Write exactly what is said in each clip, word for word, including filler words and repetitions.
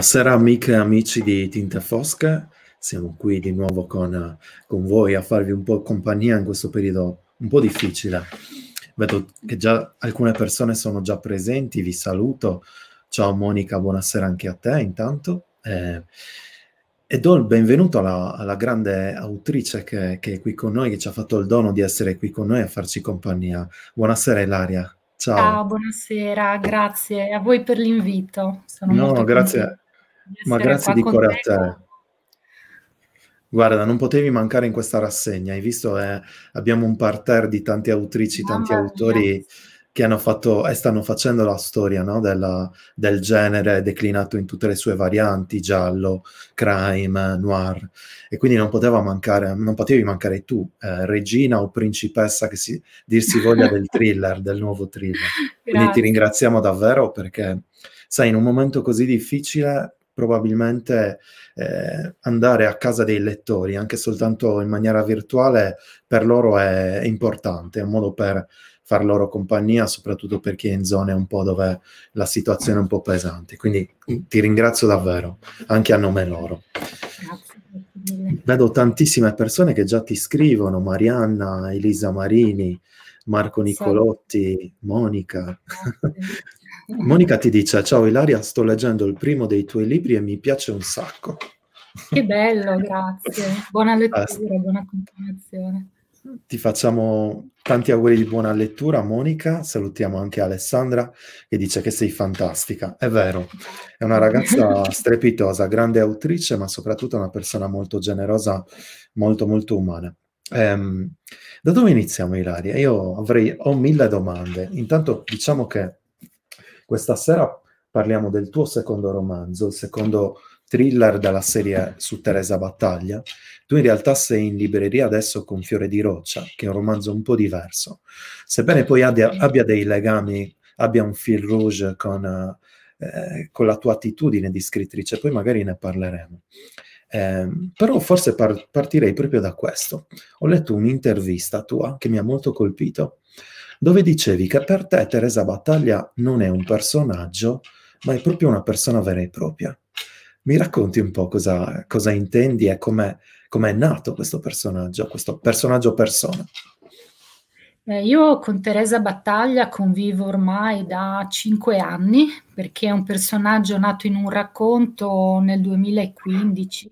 Buonasera amiche e amici di Tinte Fosche, siamo qui di nuovo con, con voi a farvi un po' compagnia in questo periodo un po' difficile. Vedo che già alcune persone sono già presenti, vi saluto. Ciao Monica, buonasera anche a te intanto. Eh, e do il benvenuto alla, alla grande autrice che, che è qui con noi, che ci ha fatto il dono di essere qui con noi a farci compagnia. Buonasera Ilaria, ciao. Ciao, buonasera, grazie a voi per l'invito. Sono No, molto grazie, contenta di ma essere grazie qua di con cuore a te. te. Guarda, non potevi mancare in questa rassegna, hai visto, eh, abbiamo un parterre di tanti autrici, tanti Mamma mia, autori che hanno fatto e stanno facendo la storia, no, della- del genere declinato in tutte le sue varianti, giallo, crime, noir, e quindi non poteva mancare, non potevi mancare tu, eh, regina o principessa che si, dir si voglia del thriller, del nuovo thriller. Quindi ti grazie. ringraziamo davvero perché, sai, in un momento così difficile, probabilmente eh, andare a casa dei lettori, anche soltanto in maniera virtuale, per loro è, è importante, è un modo per far loro compagnia, soprattutto per chi è in zone un po' dove la situazione è un po' pesante. Quindi ti ringrazio davvero, anche a nome loro. Grazie, grazie mille. Vedo tantissime persone che già ti scrivono, Marianna, Elisa Marini, Marco Sì, Nicolotti, Monica. grazie. Monica ti dice: ciao Ilaria, sto leggendo il primo dei tuoi libri e mi piace un sacco. Che bello, grazie. Buona Ah, lettura, buona continuazione. ti facciamo tanti auguri di buona lettura, Monica. Salutiamo anche Alessandra che dice che sei fantastica. È vero, è una ragazza Grazie. strepitosa, grande autrice, ma soprattutto una persona molto generosa, molto molto umana. Ehm, da dove iniziamo, Ilaria? Io avrei, ho mille domande. Intanto diciamo che questa sera parliamo del tuo secondo romanzo, il secondo thriller della serie su Teresa Battaglia. Tu in realtà sei in libreria adesso con Fiore di Roccia, che è un romanzo un po' diverso. Sebbene poi abbia, abbia dei legami, abbia un fil rouge con, eh, con la tua attitudine di scrittrice, poi magari ne parleremo. Eh, però forse par- partirei proprio da questo. Ho letto un'intervista tua che mi ha molto colpito, dove dicevi che per te Teresa Battaglia non è un personaggio, ma è proprio una persona vera e propria. Mi racconti un po' cosa, cosa intendi e com'è, com'è nato questo personaggio, questo personaggio persona? Eh, io con Teresa Battaglia convivo ormai da cinque anni perché è un personaggio nato in un racconto nel duemilaquindici.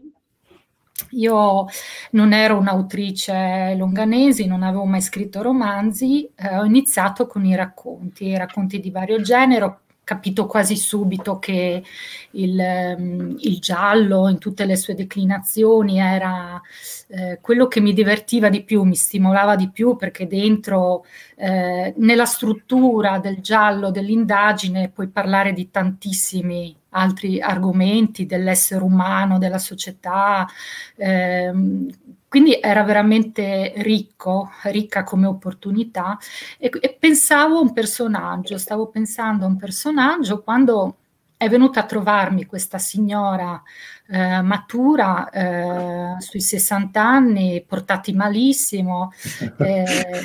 Io non ero un'autrice longanesi, non avevo mai scritto romanzi, eh, ho iniziato con i racconti, racconti di vario genere, ho capito quasi subito che il, ehm, il giallo in tutte le sue declinazioni era eh, quello che mi divertiva di più, mi stimolava di più perché dentro, eh, nella struttura del giallo, dell'indagine, puoi parlare di tantissimi altri argomenti dell'essere umano, della società. Ehm, quindi era veramente ricco, ricca come opportunità e, e pensavo a un personaggio, stavo pensando a un personaggio quando è venuta a trovarmi questa signora eh, matura, eh, sui sessanta anni, portati malissimo, eh,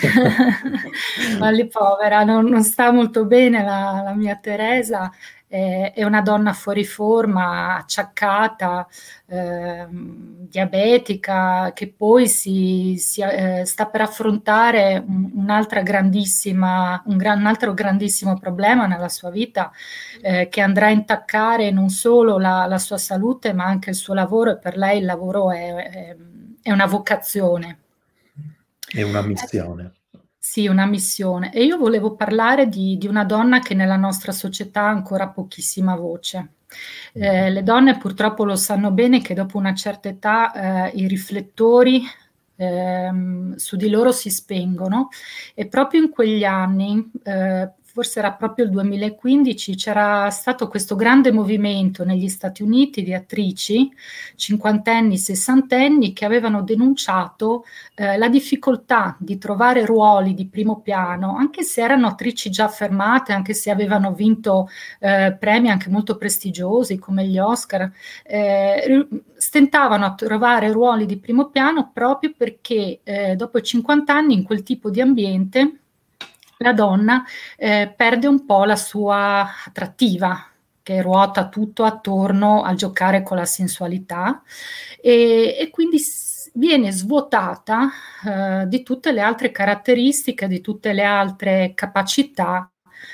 ma lì povera, non, non sta molto bene la, la mia Teresa, eh, è una donna fuori forma, acciaccata, ehm, diabetica, che poi si, si, eh, sta per affrontare un- un'altra grandissima, un, gran- un altro grandissimo problema nella sua vita, eh, che andrà a intaccare non solo la, la sua salute, ma anche il suo lavoro, e per lei il lavoro è, è- è una vocazione. È una missione. Sì, una missione. E io volevo parlare di, di una donna che nella nostra società ha ancora pochissima voce. Eh, le donne purtroppo lo sanno bene che dopo una certa età eh, i riflettori ehm, su di loro si spengono e proprio in quegli anni, eh, forse era proprio il duemilaquindici, c'era stato questo grande movimento negli Stati Uniti di attrici cinquantenni, sessantenni che avevano denunciato eh, la difficoltà di trovare ruoli di primo piano, anche se erano attrici già affermate, anche se avevano vinto eh, premi anche molto prestigiosi come gli Oscar, eh, stentavano a trovare ruoli di primo piano proprio perché eh, dopo i cinquanta anni in quel tipo di ambiente la donna eh, perde un po' la sua attrattiva. che ruota tutto attorno al giocare con la sensualità e, e quindi s- viene svuotata eh, di tutte le altre caratteristiche, di tutte le altre capacità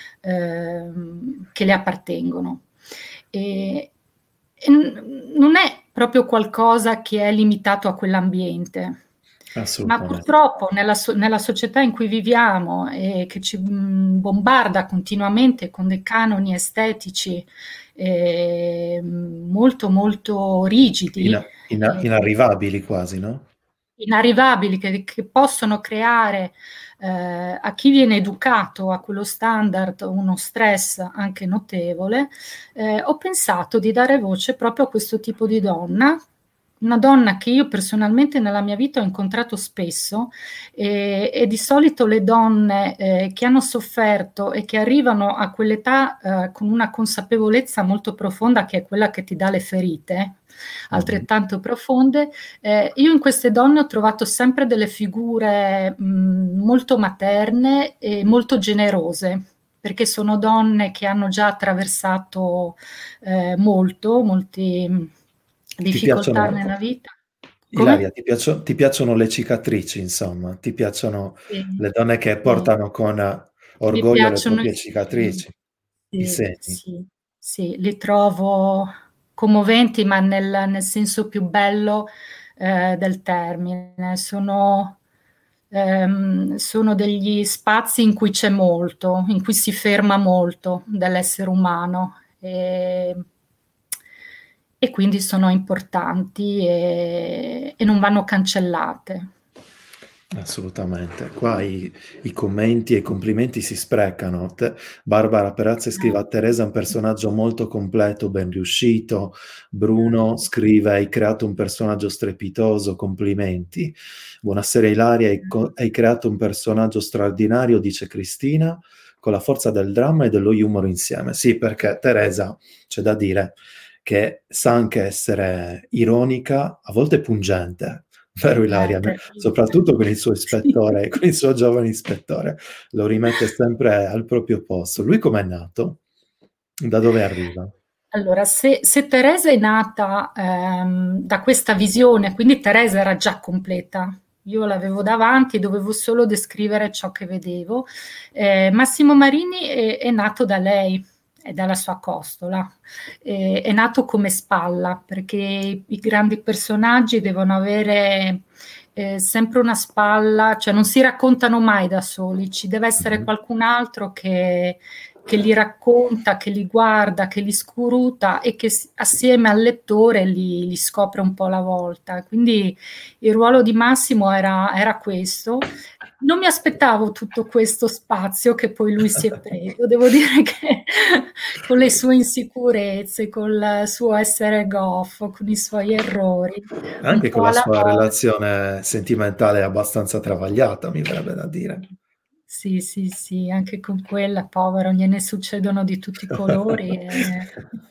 ehm, che le appartengono. E, e n- non è proprio qualcosa che è limitato a quell'ambiente. Ma Assolutamente. purtroppo nella, so- nella società in cui viviamo e che ci mh, bombarda continuamente con dei canoni estetici eh, molto molto rigidi, Ina- ina- eh, inarrivabili quasi, no? inarrivabili, che, che possono creare eh, a chi viene educato a quello standard uno stress anche notevole, eh, ho pensato di dare voce proprio a questo tipo di donna, una donna che io personalmente nella mia vita ho incontrato spesso e, e di solito le donne eh, che hanno sofferto e che arrivano a quell'età eh, con una consapevolezza molto profonda che è quella che ti dà le ferite, Mhm. altrettanto profonde, eh, io in queste donne ho trovato sempre delle figure mh, molto materne e molto generose, perché sono donne che hanno già attraversato eh, molto, molte mh, Ti difficoltà piacciono, nella vita. Ilaria, Come? ti piaccio- ti piacciono le cicatrici, insomma, ti piacciono Sì, le donne che sì. portano con Mi orgoglio le piacciono i proprie segni. cicatrici, i Sì, segni. sì, sì, li trovo commoventi, ma nel, nel senso più bello eh, del termine. Sono, ehm, sono degli spazi in cui c'è molto, in cui si ferma molto dell'essere umano e, e quindi sono importanti e, e non vanno cancellate. Assolutamente. Qua i, i commenti e i complimenti si sprecano. Te- Barbara Perazze scrive a Teresa un personaggio molto completo, ben riuscito. Bruno Grazie. scrive hai creato un personaggio strepitoso, complimenti. Buonasera Ilaria, hai, co- hai creato un personaggio straordinario, dice Cristina, con la forza del dramma e dello humor insieme. Sì, perché Teresa, c'è da dire, che sa anche essere ironica, a volte pungente. Vero Eh, Ilaria? terribile. Soprattutto con il suo Sì. ispettore, con il suo giovane ispettore, lo rimette sempre al proprio posto. Lui com'è nato? Da dove arriva? Allora, se, se Teresa è nata ehm, da questa visione, quindi Teresa era già completa, io l'avevo davanti, dovevo solo descrivere ciò che vedevo. Eh, Massimo Marini è, è nato da lei, è dalla sua costola, Eh, è nato come spalla, perché i, i grandi personaggi devono avere eh, sempre una spalla, cioè non si raccontano mai da soli, ci deve essere Mhm. qualcun altro che che li racconta, che li guarda, che li scuruta e che assieme al lettore li, li scopre un po' alla volta. Quindi il ruolo di Massimo era, era questo. Non mi aspettavo tutto questo spazio che poi lui si è preso. Devo dire che con le sue insicurezze, con il suo essere goffo, con i suoi errori, un Anche con po' la alla sua volta. relazione sentimentale abbastanza travagliata, mi verrebbe da dire. Sì, sì, sì, anche con quella, povero, gliene succedono di tutti i colori. E,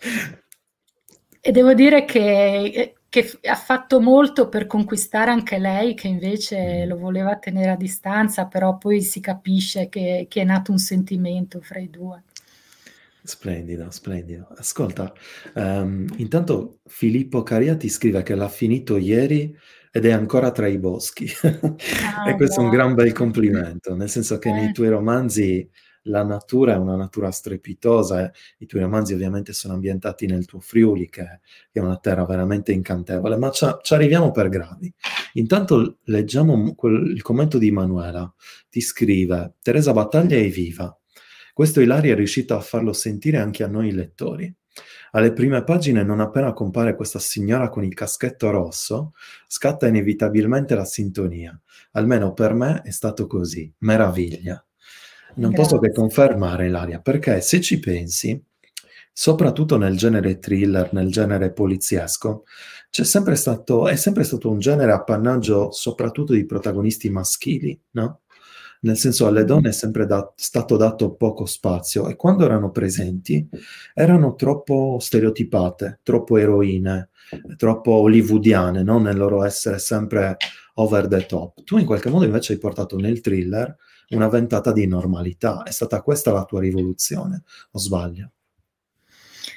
e devo dire che, che ha fatto molto per conquistare anche lei, che invece Mm. lo voleva tenere a distanza, però poi si capisce che, che è nato un sentimento fra i due. Splendido, splendido. Ascolta, ehm, intanto Filippo Caria ti scrive che l'ha finito ieri ed è ancora tra i boschi. E Ah, questo è un gran bel grazie. complimento, nel senso che nei Eh, tuoi romanzi la natura è una natura strepitosa. E i tuoi romanzi ovviamente sono ambientati nel tuo Friuli, che che è una terra veramente incantevole, ma ci ci arriviamo per gradi. Intanto leggiamo quel- il commento di Manuela. Ti scrive, Teresa Battaglia è viva. Questo Ilaria è riuscita a farlo sentire anche a noi lettori. Alle prime pagine, non appena compare questa signora con il caschetto rosso, scatta inevitabilmente la sintonia. Almeno per me è stato così. Meraviglia. Non posso che grazie. confermare, Ilaria, perché se ci pensi, soprattutto nel genere thriller, nel genere poliziesco, c'è sempre stato, è sempre stato un genere appannaggio soprattutto di protagonisti maschili, no? Nel senso, alle donne è sempre da- stato dato poco spazio e quando erano presenti erano troppo stereotipate, troppo eroine, troppo hollywoodiane, no? Nel loro essere sempre over the top. Tu in qualche modo invece hai portato nel thriller una ventata di normalità. È stata questa la tua rivoluzione, o sbaglio?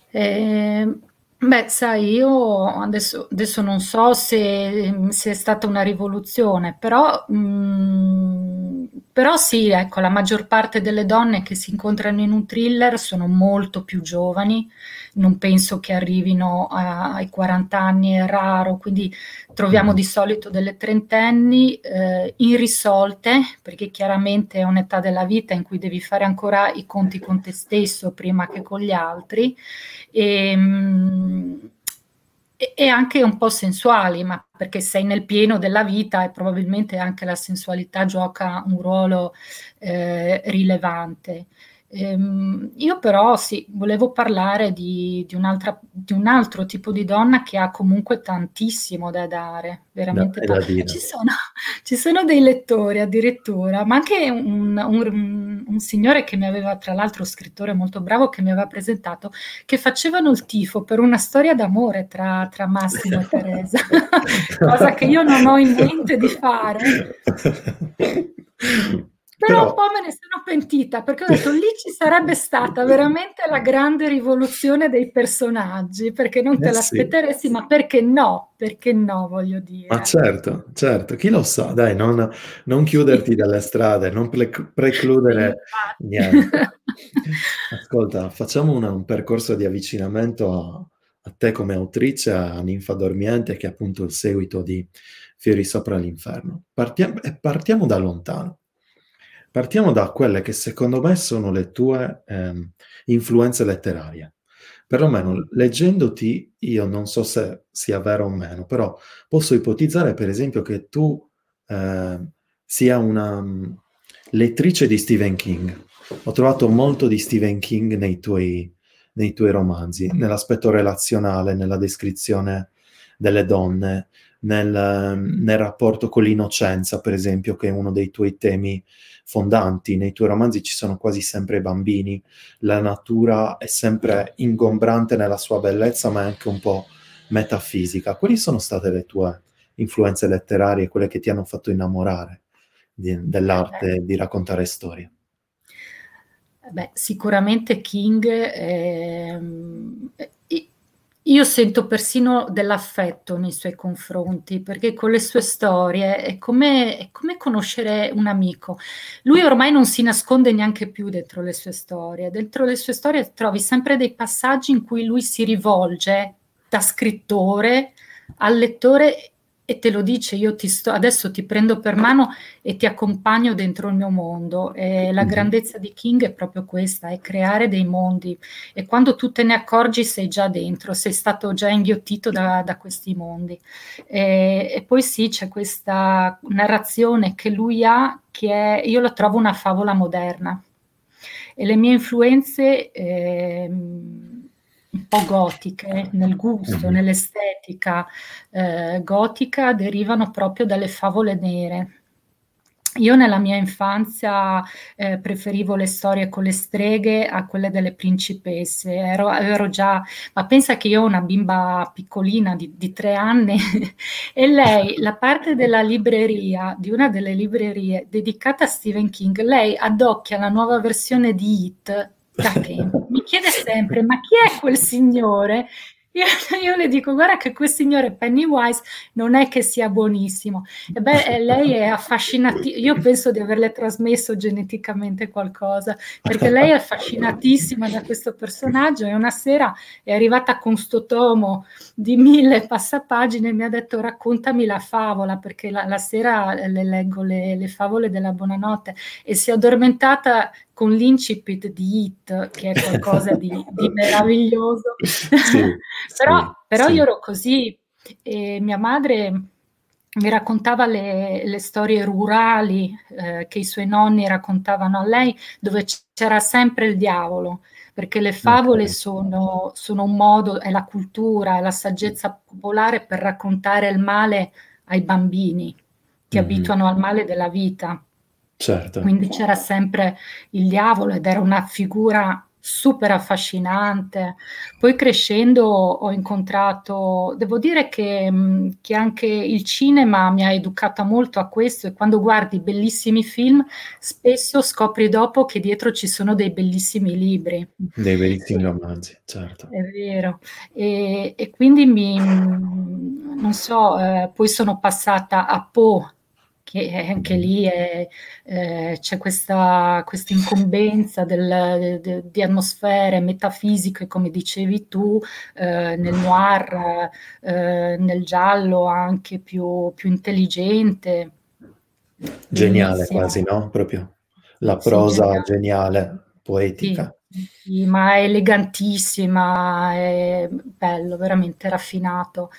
Ehm, beh, sai, io adesso, adesso non so se, se è stata una rivoluzione, però, mm, però sì, ecco, la maggior parte delle donne che si incontrano in un thriller sono molto più giovani, non penso che arrivino a- ai quaranta anni, è raro, quindi troviamo Mhm. di solito delle trentenni eh, irrisolte, perché chiaramente è un'età della vita in cui devi fare ancora i conti con te stesso prima che con gli altri e, e, e anche un po' sensuali, ma perché sei nel pieno della vita e probabilmente anche la sensualità gioca un ruolo eh, rilevante. Ehm, io però sì, volevo parlare di, di un'altra, di un altro tipo di donna che ha comunque tantissimo da dare, Da, veramente è da tanto. dire. Ci sono, ci sono dei lettori addirittura, ma anche un, un- un signore che mi aveva, tra l'altro, scrittore molto bravo, che mi aveva presentato, che facevano il tifo per una storia d'amore tra, tra Massimo e Teresa, cosa che io non ho in mente di fare. Però un Però, po' me ne sono pentita, perché ho detto lì ci sarebbe stata veramente la grande rivoluzione dei personaggi, perché non te eh sì, l'aspetteresti, ma perché no? Perché no, voglio ma dire. certo, certo, chi lo sa, dai, non, non chiuderti Sì, dalle strade, non ple- sì, precludere infatti. niente. Ascolta, facciamo una- un percorso di avvicinamento a, a te come autrice, a Ninfa Dormiente, che è appunto il seguito di Fiori sopra l'inferno. Partiamo, e partiamo da lontano. Partiamo da quelle che secondo me sono le tue ehm, influenze letterarie. Perlomeno leggendoti, io non so se sia vero o meno, però posso ipotizzare per esempio che tu eh, sia una mm, lettrice di Stephen King. Ho trovato molto di Stephen King nei tuoi, nei tuoi romanzi, nell'aspetto relazionale, nella descrizione delle donne, nel, ehm, nel rapporto con l'innocenza, per esempio, che è uno dei tuoi temi fondanti. Nei tuoi romanzi ci sono quasi sempre i bambini, la natura è sempre ingombrante nella sua bellezza, ma è anche un po' metafisica. Quali sono state le tue influenze letterarie, quelle che ti hanno fatto innamorare di- Eh beh, dell'arte di raccontare storie? eh beh, sicuramente King, ehm, i- io sento persino dell'affetto nei suoi confronti, perché con le sue storie è come, è come conoscere un amico. Lui ormai non si nasconde neanche più dentro le sue storie. Dentro le sue storie trovi sempre dei passaggi in cui lui si rivolge da scrittore al lettore e te lo dice, io ti sto, adesso ti prendo per mano e ti accompagno dentro il mio mondo. E la Mhm. grandezza di King è proprio questa, è creare dei mondi e quando tu te ne accorgi sei già dentro, sei stato già inghiottito da, da questi mondi. E, e poi sì, c'è questa narrazione che lui ha, che è, io la trovo una favola moderna. E le mie influenze, ehm, un po' gotiche, nel gusto, Mhm. nell'estetica, eh, gotica, derivano proprio dalle favole nere. Io nella mia infanzia eh, preferivo le storie con le streghe a quelle delle principesse. Ero, ero già, ma pensa che io ho una bimba piccolina di, di tre anni e lei, la parte della libreria, di una delle librerie dedicata a Stephen King, lei addocchia la nuova versione di It da tempo. Mi chiede sempre, ma chi è quel signore? Io, io le dico, guarda che quel signore Pennywise non è che sia buonissimo. E beh, eh, lei è affascinatissima, io penso di averle trasmesso geneticamente qualcosa, perché lei è affascinatissima da questo personaggio e una sera è arrivata con sto tomo di mille passapagine e mi ha detto raccontami la favola, perché la, la sera le leggo le, le favole della buonanotte e si è addormentata con l'incipit di It, che è qualcosa di, di meraviglioso. Sì, però, sì, però io sì. ero così e mia madre mi raccontava le, le storie rurali eh, che i suoi nonni raccontavano a lei, dove c'era sempre il diavolo, perché le favole Ok. sono, sono un modo, è la cultura, è la saggezza popolare per raccontare il male ai bambini, ti Mhm. abituano al male della vita. Certo. Quindi c'era sempre il diavolo ed era una figura super affascinante. Poi crescendo ho incontrato, devo dire che, mh, che anche il cinema mi ha educata molto a questo, e quando guardi bellissimi film spesso scopri dopo che dietro ci sono dei bellissimi libri. Dei verissimi E- romanzi, certo. è vero. E, e quindi mi, non so, eh, poi sono passata a Poe, che anche Mhm. lì è, eh, c'è questa, questa incombenza del- de- di atmosfere metafisiche, come dicevi tu, eh, nel noir, eh, nel giallo anche più, più intelligente, Geniale bellissimo. quasi, no? Proprio la Sì, prosa geniale. geniale, Sì, poetica. sì, ma è elegantissima, è bello, veramente raffinato.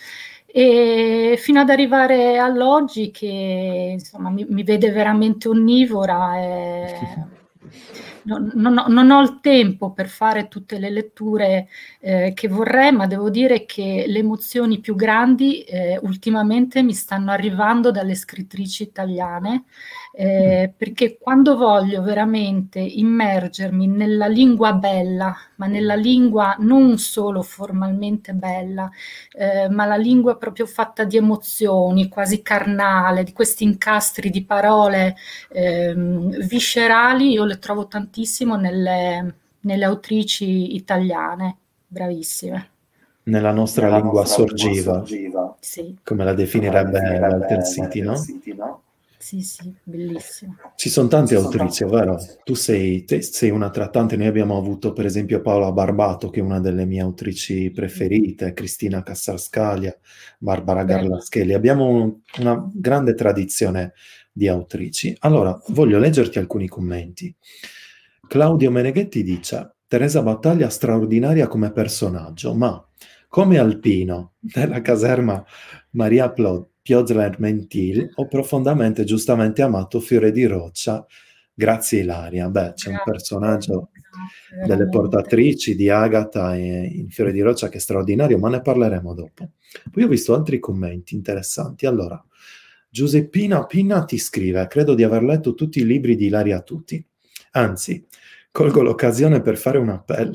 E fino ad arrivare all'oggi che insomma mi, mi vede veramente onnivora. E non, non ho, non ho il tempo per fare tutte le letture eh, che vorrei, ma devo dire che le emozioni più grandi eh, ultimamente mi stanno arrivando dalle scrittrici italiane, Mm. eh, perché quando voglio veramente immergermi nella lingua bella, ma nella lingua non solo formalmente bella, eh, ma la lingua proprio fatta di emozioni, quasi carnale, di questi incastri di parole ehm, viscerali, io le trovo tantissimo nelle, nelle autrici italiane, bravissime. Nella nostra Nella lingua nostra lingua sorgiva, sorgiva, sì, come la come la definirebbe Walter definirebbe City, Walter no? City, no? Sì, sì, bellissimo. Ci sono tante Ci sono autrici, tante ovvero autrici. tu sei, te sei una tra tante. Noi abbiamo avuto per esempio Paola Barbato, che è una delle mie autrici Sì, preferite, Cristina Cassarscaglia, Barbara bello. Garlaschelli. Abbiamo un- una grande tradizione di autrici. Allora, voglio leggerti alcuni commenti. Claudio Meneghetti dice: Teresa Battaglia straordinaria come personaggio, ma come Alpino nella caserma Maria Plo- Piozler Mentil, ho profondamente e giustamente amato Fiore di Roccia. Grazie Ilaria. Beh, c'è un Grazie, personaggio grazie delle veramente. portatrici di Agata e in Fiore di Roccia che è straordinario, ma ne parleremo dopo. Poi ho visto altri commenti interessanti. Allora, Giuseppina Pinna ti scrive: credo di aver letto tutti i libri di Ilaria Tutti. Anzi, colgo l'occasione per fare un appello.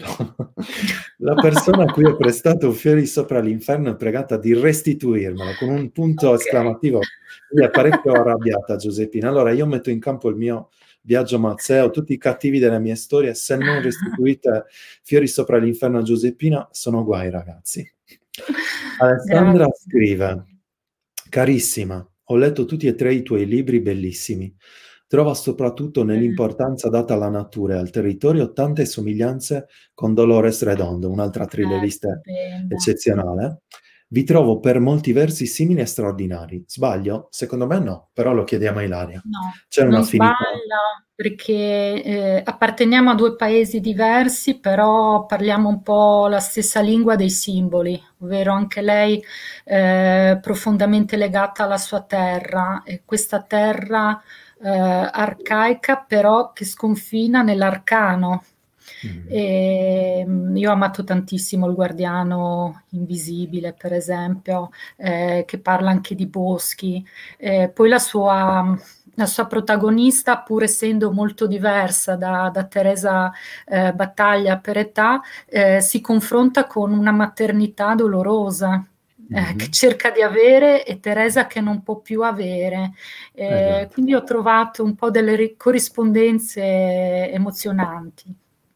La persona a cui ho prestato Fiori sopra l'inferno è pregata di restituirmelo con un punto Ok. esclamativo. Lei è parecchio arrabbiata, Giuseppina. Allora io metto in campo il mio viaggio Mazzeo, tutti i cattivi delle mie storie, se non restituite Fiori sopra l'inferno a Giuseppina, sono guai, ragazzi. Alessandra Grazie. scrive: Carissima, ho letto tutti e tre i tuoi libri bellissimi. Trova soprattutto Bello. nell'importanza data alla natura e al territorio tante somiglianze con Dolores Redondo, un'altra Eh, thrillerista stupenda, sì. eccezionale. Vi trovo per molti versi simili e straordinari. Sbaglio? Secondo me no, però lo chiediamo a Ilaria. No, C'è non un'affinità? sbaglia perché eh, apparteniamo a due paesi diversi, però parliamo un po' la stessa lingua dei simboli, ovvero anche lei eh, profondamente legata alla sua terra, e questa terra eh, arcaica però che sconfina nell'arcano. Mm. E, mm, io ho amato tantissimo Il Guardiano Invisibile, per esempio, eh, che parla anche di boschi. Eh, poi la sua, la sua protagonista, pur essendo molto diversa da, da Teresa eh, Battaglia per età, eh, si confronta con una maternità dolorosa. Eh, che Mhm. cerca di avere e Teresa che non può più avere. Eh, Esatto. quindi ho trovato un po' delle ri- corrispondenze emozionanti.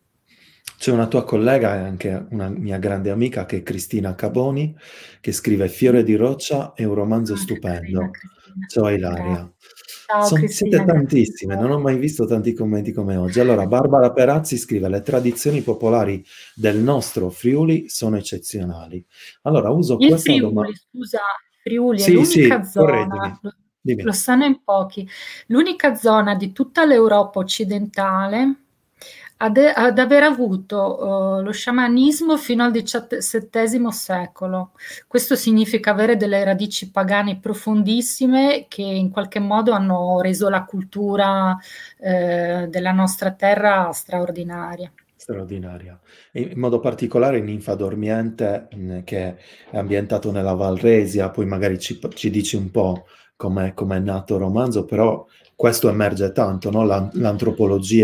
C'è una tua collega e anche una mia grande amica che è Cristina Caboni, che scrive Fiore di Roccia, è un romanzo Ah, che carina stupendo. Cristina. Ciao Grazie. Ilaria. Ciao Son- siete Cristina, grazie tantissime, non ancora. ho mai visto tanti commenti come oggi. Allora, Barbara Perazzi scrive: Le tradizioni popolari del nostro Friuli sono eccezionali. Allora, uso Il questa domanda. Friuli, scusa, Friuli è Sì, l'unica sì, zona, correggimi. lo, lo Dimmi. sanno in pochi, l'unica zona di tutta l'Europa occidentale ad, ad aver avuto eh, lo sciamanismo fino al diciassettesimo secolo. Questo significa avere delle radici pagane profondissime che in qualche modo hanno reso la cultura eh, della nostra terra straordinaria. Straordinaria. E in modo particolare Ninfa Dormiente, mh, che è ambientato nella Valresia, poi magari ci, ci dici un po' com'è, com'è nato il romanzo, però questo emerge tanto, no? L'an- L'antropologia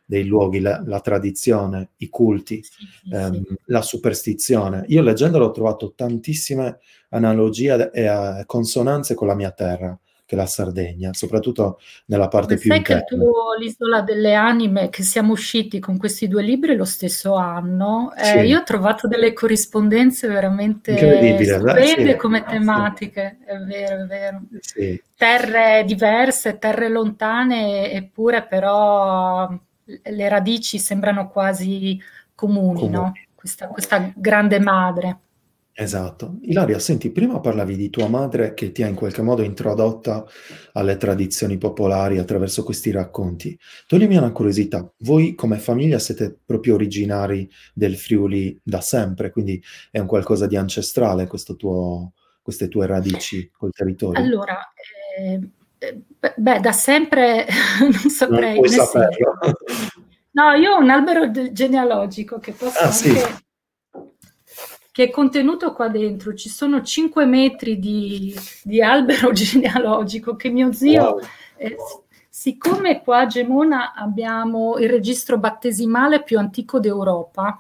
dei luoghi, la, la tradizione, i culti, Sì, sì, ehm, sì. la superstizione. Io leggendolo ho trovato tantissime analogie e eh, consonanze con la mia terra, che è la Sardegna, soprattutto nella Ma parte più sai che il interna. tuo L'Isola delle Anime, che siamo usciti con questi due libri lo stesso anno, eh, Sì, io ho trovato delle corrispondenze veramente incredibile, beh, sì, stupende come sì, tematiche, è vero, è vero. sì, Terre diverse, terre lontane, eppure però le radici sembrano quasi comuni, no? comuni. Questa, questa grande madre. Esatto. Ilaria, senti, prima parlavi di tua madre che ti ha in qualche modo introdotta alle tradizioni popolari attraverso questi racconti. Toglimi una curiosità, voi come famiglia siete proprio originari del Friuli da sempre, quindi è un qualcosa di ancestrale questo tuo, queste tue radici col territorio? Allora, ehm, ehm, beh, beh, da sempre non Non saprei, puoi nel senso, saperlo. no, io ho un albero de- genealogico che posso Ah, sì. anche, che è contenuto qua dentro. Ci sono cinque metri di, di albero genealogico che mio zio, Wow. eh, siccome qua a Gemona abbiamo il registro battesimale più antico d'Europa,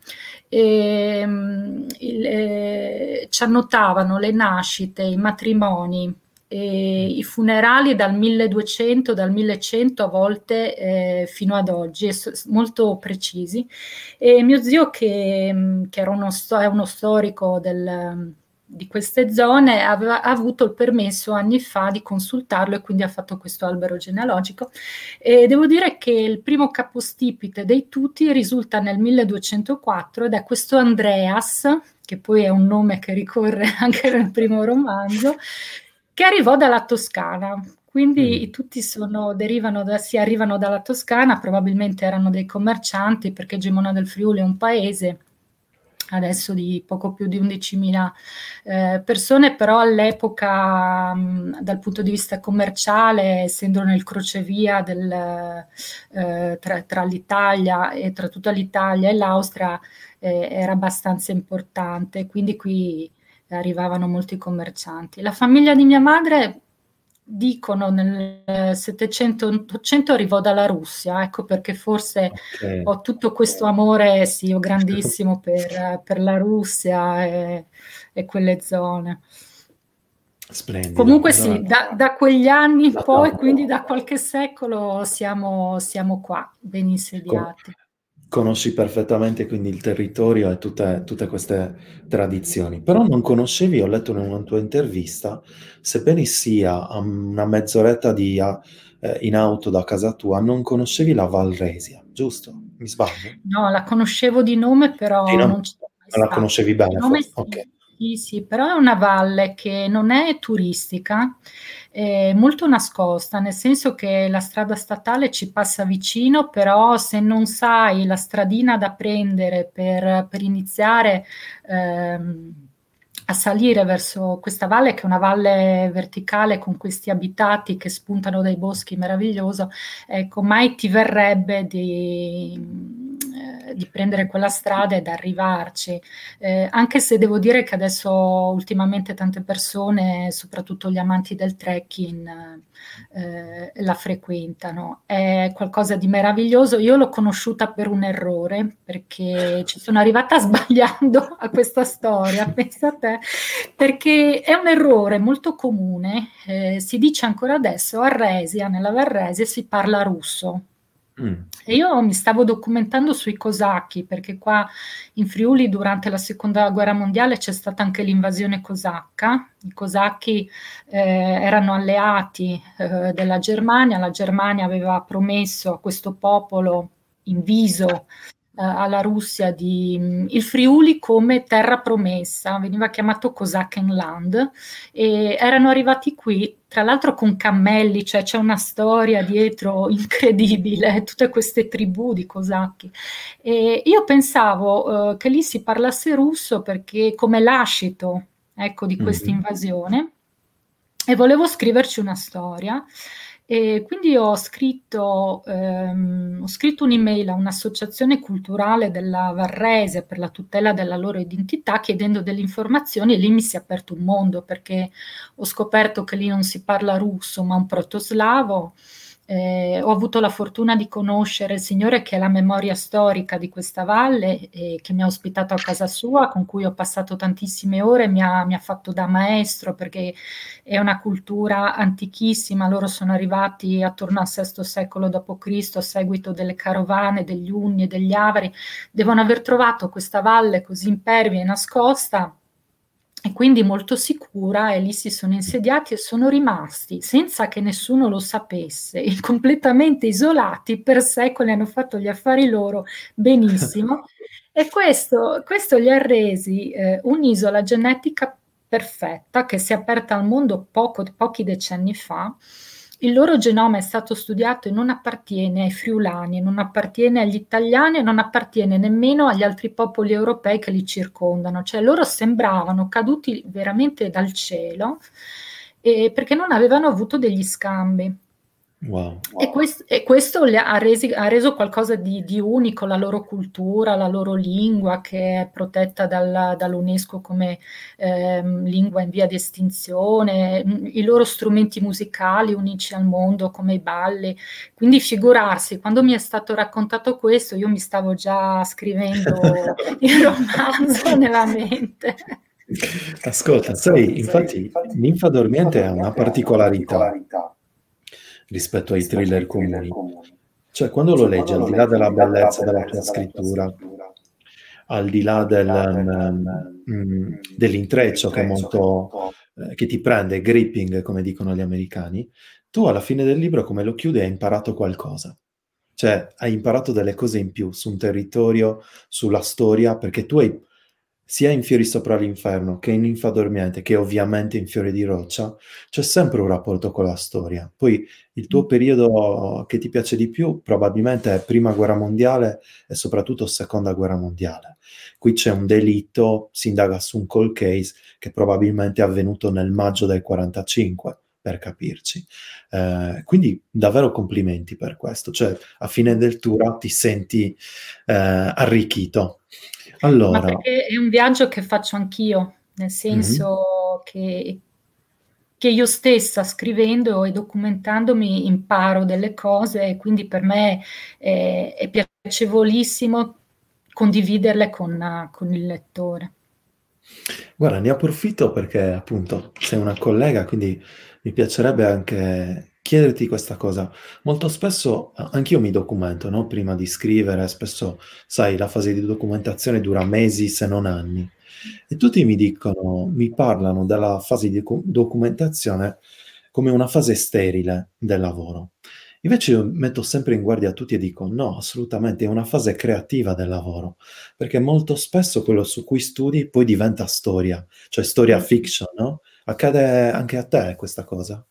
ehm, il- eh, ci annotavano le nascite, i matrimoni, e i funerali dal milleduecento, dal millecento a volte, eh, fino ad oggi, e so- molto precisi. E mio zio, che, che era uno, sto- è uno storico del- di queste zone, aveva ha avuto il permesso anni fa di consultarlo, e quindi ha fatto questo albero genealogico. E devo dire che il primo capostipite dei tutti risulta nel milleduecentoquattro, ed è questo Andreas, che poi è un nome che ricorre anche nel primo romanzo, che arrivò dalla Toscana. Quindi Mm. tutti sono, derivano da, si arrivano dalla Toscana, probabilmente erano dei commercianti, perché Gemona del Friuli è un paese adesso di poco più di undicimila eh, persone, però all'epoca, mh, dal punto di vista commerciale, essendo nel crocevia del, eh, tra, tra l'Italia e tra tutta l'Italia e l'Austria, eh, era abbastanza importante, quindi qui arrivavano molti commercianti. La famiglia di mia madre, dicono nel settecento ottocento, arrivò dalla Russia, ecco perché forse Ok. ho tutto questo amore, sì, ho grandissimo per, per la Russia e, e quelle zone. Splendido. Comunque Allora, sì, da, da quegli anni in da poi, tanto. quindi da qualche secolo, siamo, siamo qua, ben Con- insediati. Conosci perfettamente quindi il territorio e tutte, tutte queste tradizioni, però non conoscevi, ho letto in una tua intervista, sebbene sia a una mezz'oretta di, a- eh, in auto da casa tua, non conoscevi la Valresia, giusto? Mi sbaglio? No, la conoscevo di nome, Sì, però no? non ci sono mai Non la stata. conoscevi Di bene, nome forse. Ok. sì, sì, sì, però è una valle che non è turistica, è molto nascosta, nel senso che la strada statale ci passa vicino, però se non sai la stradina da prendere per, per iniziare ehm, a salire verso questa valle, che è una valle verticale con questi abitati che spuntano dai boschi, meraviglioso. Ecco, mai ti verrebbe di, eh, di prendere quella strada ed arrivarci. Eh, anche se devo dire che adesso ultimamente tante persone, soprattutto gli amanti del trekking, eh, la frequentano. È qualcosa di meraviglioso. Io l'ho conosciuta per un errore, perché ci sono arrivata sbagliando a questa storia, pensa a te, perché è un errore molto comune. Eh, si dice ancora adesso, a Resia, nella Varresia, si parla russo. Mm. E io mi stavo documentando sui cosacchi, perché qua in Friuli durante la seconda guerra mondiale c'è stata anche l'invasione cosacca. I cosacchi eh, erano alleati eh, della Germania, la Germania aveva promesso a questo popolo inviso eh, alla Russia di, mh, il Friuli come terra promessa, veniva chiamato Kosakenland, e erano arrivati qui, tra l'altro con cammelli, cioè c'è una storia dietro incredibile, tutte queste tribù di cosacchi. E io pensavo eh, che lì si parlasse russo, perché come lascito, ecco, di questa Mhm. invasione, e volevo scriverci una storia. E quindi ho scritto, ehm, ho scritto un'email a un'associazione culturale della Varrese per la tutela della loro identità, chiedendo delle informazioni, e lì mi si è aperto un mondo, perché ho scoperto che lì non si parla russo ma un protoslavo, Eh, ho avuto la fortuna di conoscere il signore che è la memoria storica di questa valle e che mi ha ospitato a casa sua, con cui ho passato tantissime ore, mi ha, mi ha fatto da maestro perché è una cultura antichissima, loro sono arrivati attorno al sesto secolo dopo Cristo a seguito delle carovane degli Unni e degli Avari, devono aver trovato questa valle così impervia e nascosta e quindi molto sicura, e lì si sono insediati e sono rimasti senza che nessuno lo sapesse, e completamente isolati per secoli, hanno fatto gli affari loro benissimo. E questo, questo li ha resi eh, un'isola genetica perfetta che si è aperta al mondo poco- pochi decenni fa. Il loro genoma è stato studiato e non appartiene ai friulani, non appartiene agli italiani e non appartiene nemmeno agli altri popoli europei che li circondano. Cioè loro sembravano caduti veramente dal cielo eh, perché non avevano avuto degli scambi. Wow. E, quest- e questo le ha, resi- ha reso qualcosa di, di unico la loro cultura, la loro lingua, che è protetta dalla- dall'UNESCO come ehm, lingua in via di estinzione, m- i loro strumenti musicali unici al mondo come i balli. Quindi figurarsi, quando mi è stato raccontato questo, io mi stavo già scrivendo il romanzo nella mente. Ascolta, sai, infatti Ninfa Dormiente ha una particolarità rispetto ai thriller comuni. Cioè, quando lo leggi, al di là della bellezza della tua scrittura, al di là del, um, mm, dell'intreccio che è molto, eh, che ti prende, gripping, come dicono gli americani, tu alla fine del libro, come lo chiudi, hai imparato qualcosa. Cioè, hai imparato delle cose in più su un territorio, sulla storia, perché tu hai, sia in Fiori sopra l'inferno che in Ninfa Dormiente, che ovviamente in Fiori di Roccia, c'è sempre un rapporto con la storia. Poi il tuo periodo che ti piace di più probabilmente è Prima Guerra Mondiale e soprattutto Seconda Guerra Mondiale. Qui c'è un delitto, si indaga su un cold case che probabilmente è avvenuto nel maggio del quarantacinque, per capirci. Eh, quindi davvero complimenti per questo, cioè a fine lettura ti senti eh, arricchito. Ma Allora, perché è un viaggio che faccio anch'io, nel mhm. senso che, che io stessa scrivendo e documentandomi imparo delle cose e quindi per me è, è piacevolissimo condividerle con, con il lettore. Guarda, ne approfitto perché appunto sei una collega, quindi mi piacerebbe anche chiederti questa cosa. Molto spesso eh, anch'io mi documento, no? Prima di scrivere, spesso, sai, la fase di documentazione dura mesi, se non anni. E tutti mi dicono, mi parlano della fase di docu- documentazione come una fase sterile del lavoro. Invece io metto sempre in guardia tutti e dico, no, assolutamente, è una fase creativa del lavoro, perché molto spesso quello su cui studi poi diventa storia, cioè storia Mm. fiction, no? Accade anche a te questa cosa?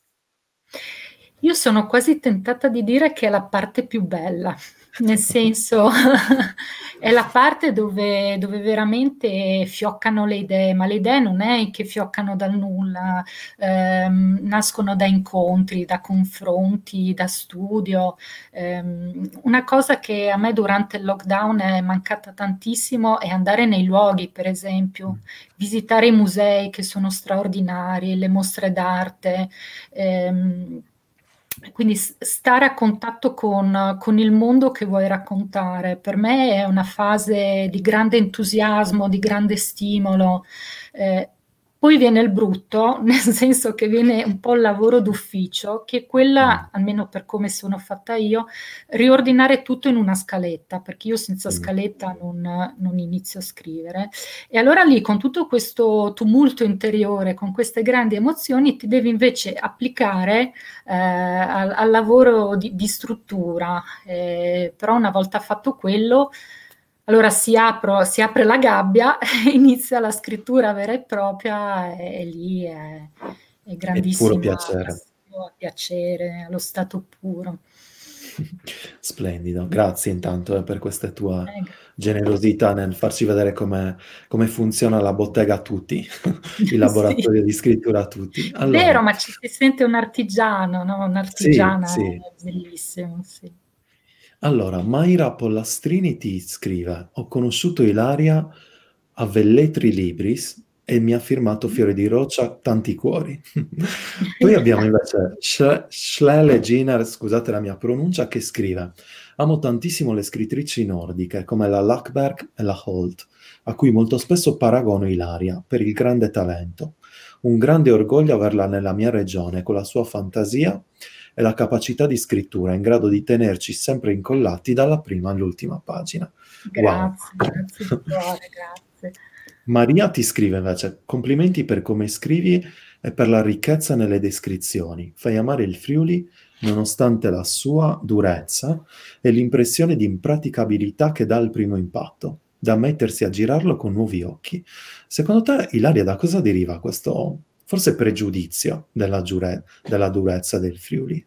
Io sono quasi tentata di dire che è la parte più bella, nel senso è la parte dove, dove veramente fioccano le idee, ma le idee non è che fioccano dal nulla, ehm, nascono da incontri, da confronti, da studio. Ehm, una cosa che a me durante il lockdown è mancata tantissimo è andare nei luoghi, per esempio, visitare i musei che sono straordinari, le mostre d'arte. Ehm, quindi s- stare a contatto con, con il mondo che vuoi raccontare, per me è una fase di grande entusiasmo, di grande stimolo. Eh, Poi viene il brutto, nel senso che viene un po' il lavoro d'ufficio, che è Mm, quella, almeno per come sono fatta io, riordinare tutto in una scaletta, perché io senza mm, scaletta non, non inizio a scrivere. E allora lì, con tutto questo tumulto interiore, con queste grandi emozioni, ti devi invece applicare eh, al, al lavoro di, di struttura. Eh, però una volta fatto quello, allora si, apro- si apre la gabbia, inizia la scrittura vera e propria e, e lì è, è è puro grandissima piacere. passione, piacere, allo stato puro. Splendido, grazie intanto eh, per questa tua Eh, generosità nel farci vedere come, come funziona la bottega a tutti, il sì. laboratorio di scrittura a tutti. Allora, Vero, ma ci si sente un artigiano, no? sì, Un'artigiana sì. è bellissimo, sì. Allora, Mayra Pollastrini ti scrive: Ho conosciuto Ilaria a Velletri Libris e mi ha firmato fiori di roccia, tanti cuori. Poi abbiamo invece Sh- Schlele Giner, scusate la mia pronuncia, che scrive: Amo tantissimo le scrittrici nordiche come la Lackberg e la Holt, a cui molto spesso paragono Ilaria per il grande talento. Un grande orgoglio averla nella mia regione con la sua fantasia e la capacità di scrittura in grado di tenerci sempre incollati dalla prima all'ultima pagina. Wow. Grazie, grazie di cuore, grazie. Maria ti scrive invece: complimenti per come scrivi e per la ricchezza nelle descrizioni. Fai amare il Friuli nonostante la sua durezza e l'impressione di impraticabilità che dà al primo impatto, da mettersi a girarlo con nuovi occhi. Secondo te, Ilaria, da cosa deriva questo forse pregiudizio della, giure- della durezza del Friuli?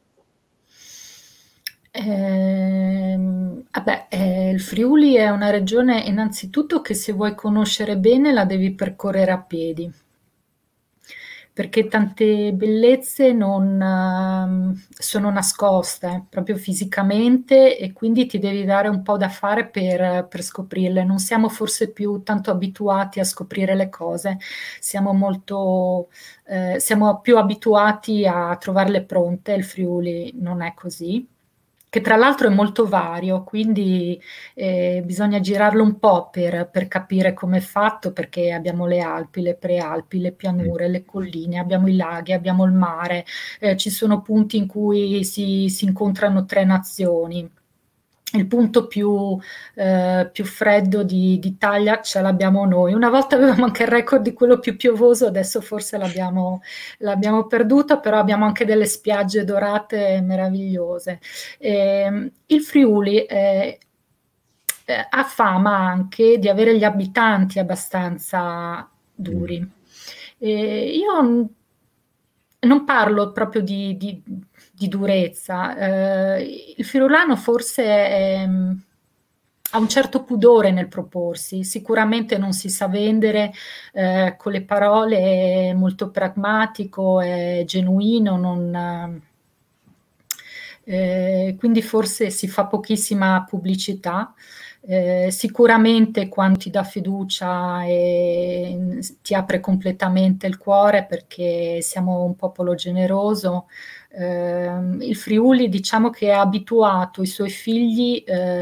Ehm, vabbè, eh, il Friuli è una regione innanzitutto che se vuoi conoscere bene la devi percorrere a piedi, perché tante bellezze non, ehm, sono nascoste proprio fisicamente e quindi ti devi dare un po' da fare per, per scoprirle. Non siamo forse più tanto abituati a scoprire le cose, siamo molto, eh, siamo più abituati a trovarle pronte. Il Friuli non è così, che tra l'altro è molto vario, quindi eh, bisogna girarlo un po' per, per capire come è fatto, perché abbiamo le Alpi, le Prealpi, le Mm. pianure, le colline, abbiamo i laghi, abbiamo il mare, eh, ci sono punti in cui si, si incontrano tre nazioni. Il punto più, eh, più freddo di- d'Italia ce l'abbiamo noi. Una volta avevamo anche il record di quello più piovoso, adesso forse l'abbiamo l'abbiamo perduto, però abbiamo anche delle spiagge dorate meravigliose. Eh, il Friuli eh, eh, ha fama anche di avere gli abitanti abbastanza Mm. duri. Eh, io n- non parlo proprio di, di- di durezza. Eh, il friulano forse è- ha un certo pudore nel proporsi, sicuramente non si sa vendere eh, con le parole, è molto pragmatico, è genuino, non, eh, quindi forse si fa pochissima pubblicità. Eh, sicuramente quando ti dà fiducia e ti apre completamente il cuore perché siamo un popolo generoso. Eh, il Friuli diciamo che ha abituato i suoi figli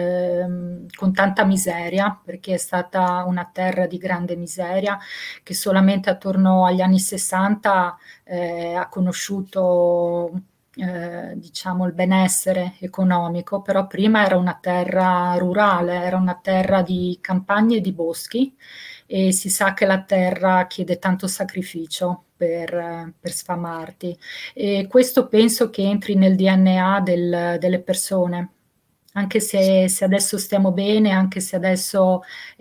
ehm, con tanta miseria, perché è stata una terra di grande miseria che solamente attorno agli anni sessanta eh, ha conosciuto eh, diciamo il benessere economico, però prima era una terra rurale, era una terra di campagne e di boschi e si sa che la terra chiede tanto sacrificio per, eh, per sfamarti e questo penso che entri nel D N A del- delle persone. Anche se, se adesso stiamo bene, anche se adesso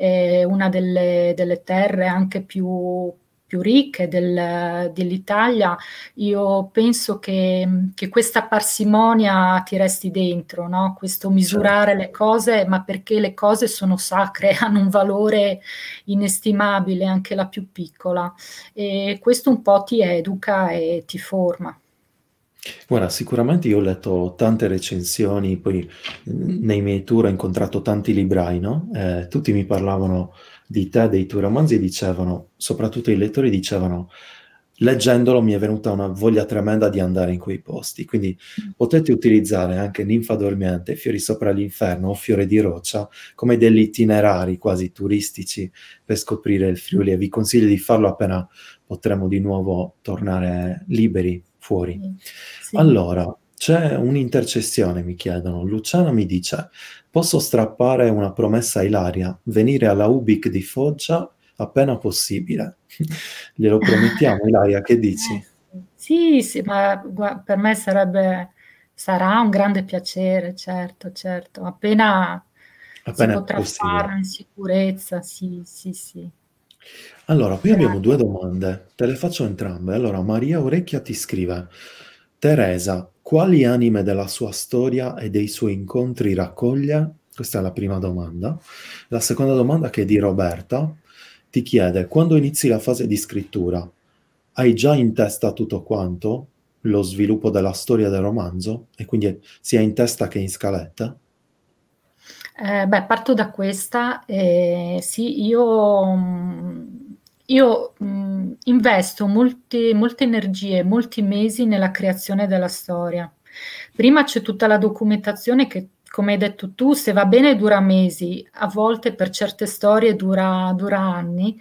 è una delle, delle terre anche più, più ricche del- dell'Italia, io penso che, che questa parsimonia ti resti dentro, no? Questo Certo. misurare le cose, ma perché le cose sono sacre, hanno un valore inestimabile, anche la più piccola. E questo un po' ti educa e ti forma. Guarda, sicuramente io ho letto tante recensioni, poi mh, nei miei tour ho incontrato tanti librai, no? Eh, tutti mi parlavano di te, dei tuoi romanzi e dicevano, soprattutto i lettori dicevano, leggendolo mi è venuta una voglia tremenda di andare in quei posti, quindi potete utilizzare anche Ninfa Dormiente, Fiori sopra l'inferno o Fiore di Roccia come degli itinerari quasi turistici per scoprire il Friuli e vi consiglio di farlo appena potremo di nuovo tornare liberi fuori. Sì, sì. Allora, c'è un'intercessione, mi chiedono. Luciana mi dice, posso strappare una promessa a Ilaria, venire alla Ubic di Foggia appena possibile. Glielo promettiamo, Ilaria, che Eh, dici? sì, sì, sì, ma gua- per me sarebbe, sarà un grande piacere, certo, certo. Appena si Appena è potrà possibile. farlo in sicurezza, sì, sì, sì. Allora, qui abbiamo due Grazie. domande, te le faccio entrambe. Allora, Maria Orecchia ti scrive, Teresa, quali anime della sua storia e dei suoi incontri raccoglie? Questa è la prima domanda. La seconda domanda, che è di Roberta, ti chiede, quando inizi la fase di scrittura, hai già in testa tutto quanto? Lo sviluppo della storia del romanzo? E quindi sia in testa che in scaletta? Eh, beh, parto da questa. Eh, sì, io, mm, io mh, investo molti- molte energie, molti mesi nella creazione della storia. Prima c'è tutta la documentazione che, come hai detto tu, se va bene dura mesi, a volte per certe storie dura, dura anni.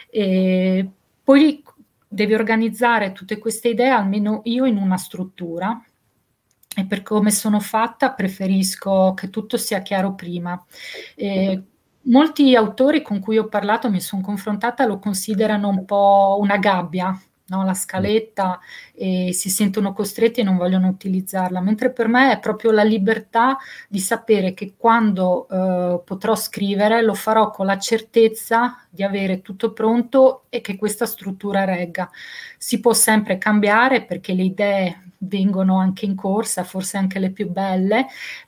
E poi devi organizzare tutte queste idee, almeno io, in una struttura. E per come sono fatta preferisco che tutto sia chiaro prima. E molti autori con cui ho parlato, mi sono confrontata, lo considerano un po' una gabbia, no? La Mm. scaletta, e si sentono costretti e non vogliono utilizzarla, mentre per me è proprio la libertà di sapere che quando eh, potrò scrivere lo farò con la certezza di avere tutto pronto e che questa struttura regga. Si può sempre cambiare perché le idee vengono anche in corsa, forse anche le più belle,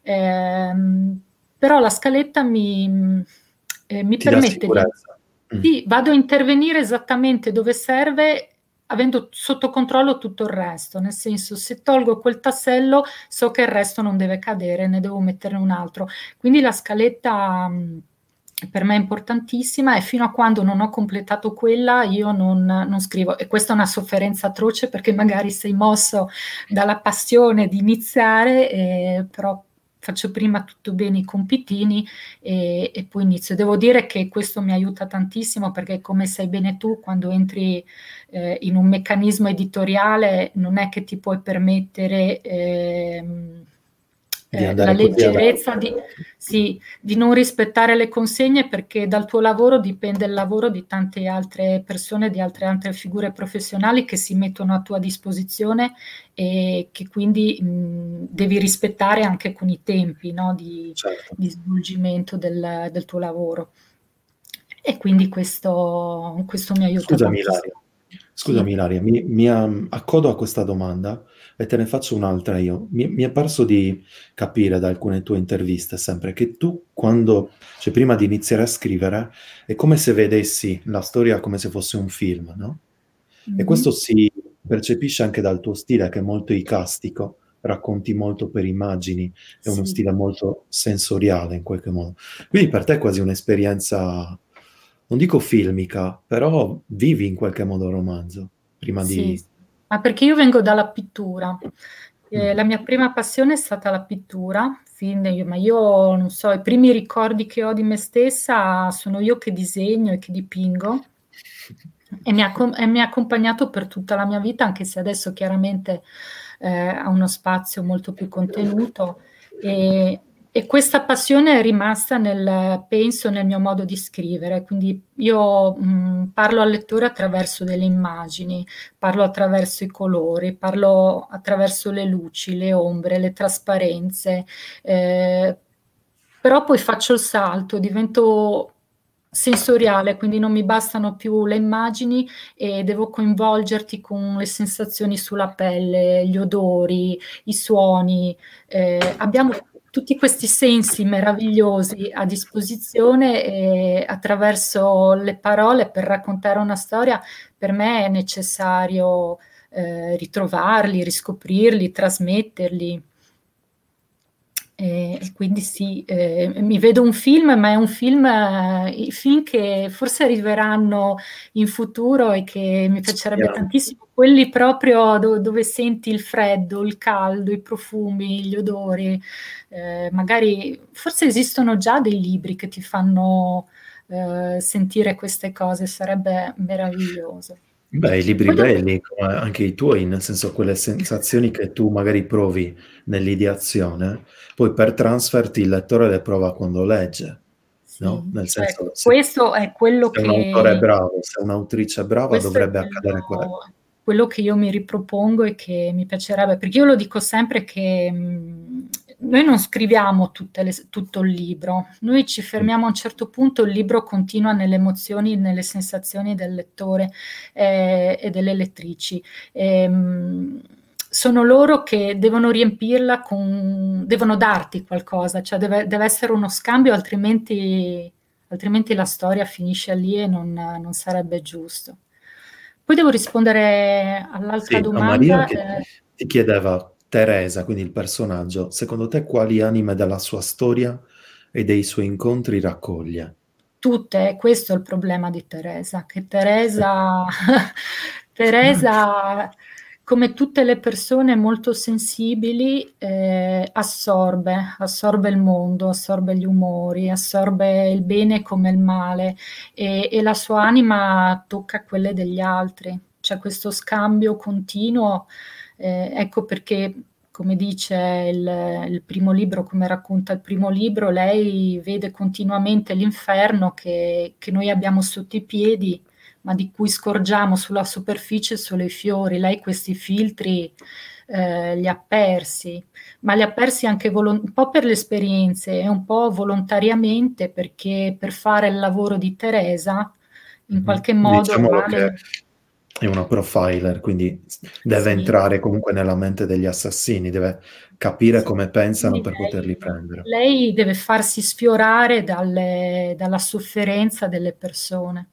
ehm, però la scaletta mi, eh, mi Ti dà permette di... sicurezza. Mm. Sì, vado a intervenire esattamente dove serve, avendo sotto controllo tutto il resto, nel senso, se tolgo quel tassello so che il resto non deve cadere, ne devo metterne un altro. Quindi la scaletta mh, per me è importantissima, e fino a quando non ho completato quella io non, non scrivo. E questa è una sofferenza atroce, perché magari sei mosso dalla passione di iniziare, eh, però faccio prima tutto bene i compitini e, e poi inizio. Devo dire che questo mi aiuta tantissimo, perché come sai bene tu, quando entri eh, in un meccanismo editoriale non è che ti puoi permettere ehm, Di eh, la andare così avanti. leggerezza di, sì, di non rispettare le consegne, perché dal tuo lavoro dipende il lavoro di tante altre persone, di altre, altre figure professionali che si mettono a tua disposizione, e che quindi mh, devi rispettare anche con i tempi, no, di, Certo. di svolgimento del, del tuo lavoro. E quindi questo, questo mi aiuta Scusami tantissimo. Ilaria, Sì. scusami Ilaria, mi, mi, um, accodo a questa domanda e te ne faccio un'altra io. Mi, mi è parso di capire da alcune tue interviste sempre che tu quando, cioè prima di iniziare a scrivere, è come se vedessi la storia come se fosse un film, no? E questo Mhm. si percepisce anche dal tuo stile che è molto icastico, racconti molto per immagini, è uno Sì. stile molto sensoriale in qualche modo. Quindi per te è quasi un'esperienza, non dico filmica, però vivi in qualche modo il romanzo, prima Sì, di... sì. Ma perché io vengo dalla pittura. Eh, Mm. la mia prima passione è stata la pittura, fin da io, ma io non so, i primi ricordi che ho di me stessa sono io che disegno e che dipingo, e mi ha, accom- e mi ha accompagnato per tutta la mia vita, anche se adesso chiaramente eh, ha uno spazio molto più contenuto. E, e questa passione è rimasta nel, penso, nel mio modo di scrivere. Quindi io mh, parlo al lettore attraverso delle immagini, parlo attraverso i colori, parlo attraverso le luci, le ombre, le trasparenze, eh, però poi faccio il salto, divento sensoriale, quindi non mi bastano più le immagini e devo coinvolgerti con le sensazioni sulla pelle, gli odori, i suoni. Eh, abbiamo tutti questi sensi meravigliosi a disposizione, e attraverso le parole, per raccontare una storia, per me è necessario eh, ritrovarli, riscoprirli, trasmetterli. E, e quindi sì, eh, mi vedo un film, ma è un film, eh, i film che forse arriveranno in futuro e che mi piacerebbe Speriamo. tantissimo, quelli proprio do- dove senti il freddo, il caldo, i profumi, gli odori. Eh, magari forse esistono già dei libri che ti fanno eh, sentire queste cose, sarebbe meraviglioso. Beh, i libri Poi devo- belli, come anche i tuoi, nel senso quelle sensazioni che tu magari provi nell'ideazione, poi per transferti il lettore le prova quando legge, no? sì, Nel cioè, senso, se, questo è quello se un autore è che bravo, se un'autrice è brava, Questo è dovrebbe accadere quello. quello, quello che io mi ripropongo e che mi piacerebbe, perché io lo dico sempre che mh, noi non scriviamo tutte le- tutto il libro, noi ci Mm. fermiamo a un certo punto, il libro continua nelle emozioni, nelle sensazioni del lettore eh, e delle lettrici. E, mh, sono loro che devono riempirla con, devono darti qualcosa, cioè deve, deve essere uno scambio, altrimenti, altrimenti la storia finisce lì e non non sarebbe giusto. Poi devo rispondere all'altra Sì, a Maria domanda. che eh, ti chiedeva Teresa, quindi il personaggio, secondo te quali anime della sua storia e dei suoi incontri raccoglie? tutte, questo è il problema di Teresa, che Teresa, Teresa, come tutte le persone molto sensibili, eh, assorbe, assorbe il mondo, assorbe gli umori, assorbe il bene come il male e, e la sua anima tocca quelle degli altri. C'è questo scambio continuo, eh, ecco perché come dice il, il primo libro, come racconta il primo libro, lei vede continuamente l'inferno che, che noi abbiamo sotto i piedi, ma di cui scorgiamo sulla superficie solo i fiori. Lei questi filtri eh, li ha persi, ma li ha persi anche volo- un po' per le esperienze e un po' volontariamente, perché per fare il lavoro di Teresa, in Mhm. qualche modo il Diciamolo che male... è una profiler, quindi deve Sì, entrare comunque nella mente degli assassini, deve capire sì. come pensano Quindi per poterli lei, prendere. lei deve farsi sfiorare dalle- dalla sofferenza delle persone.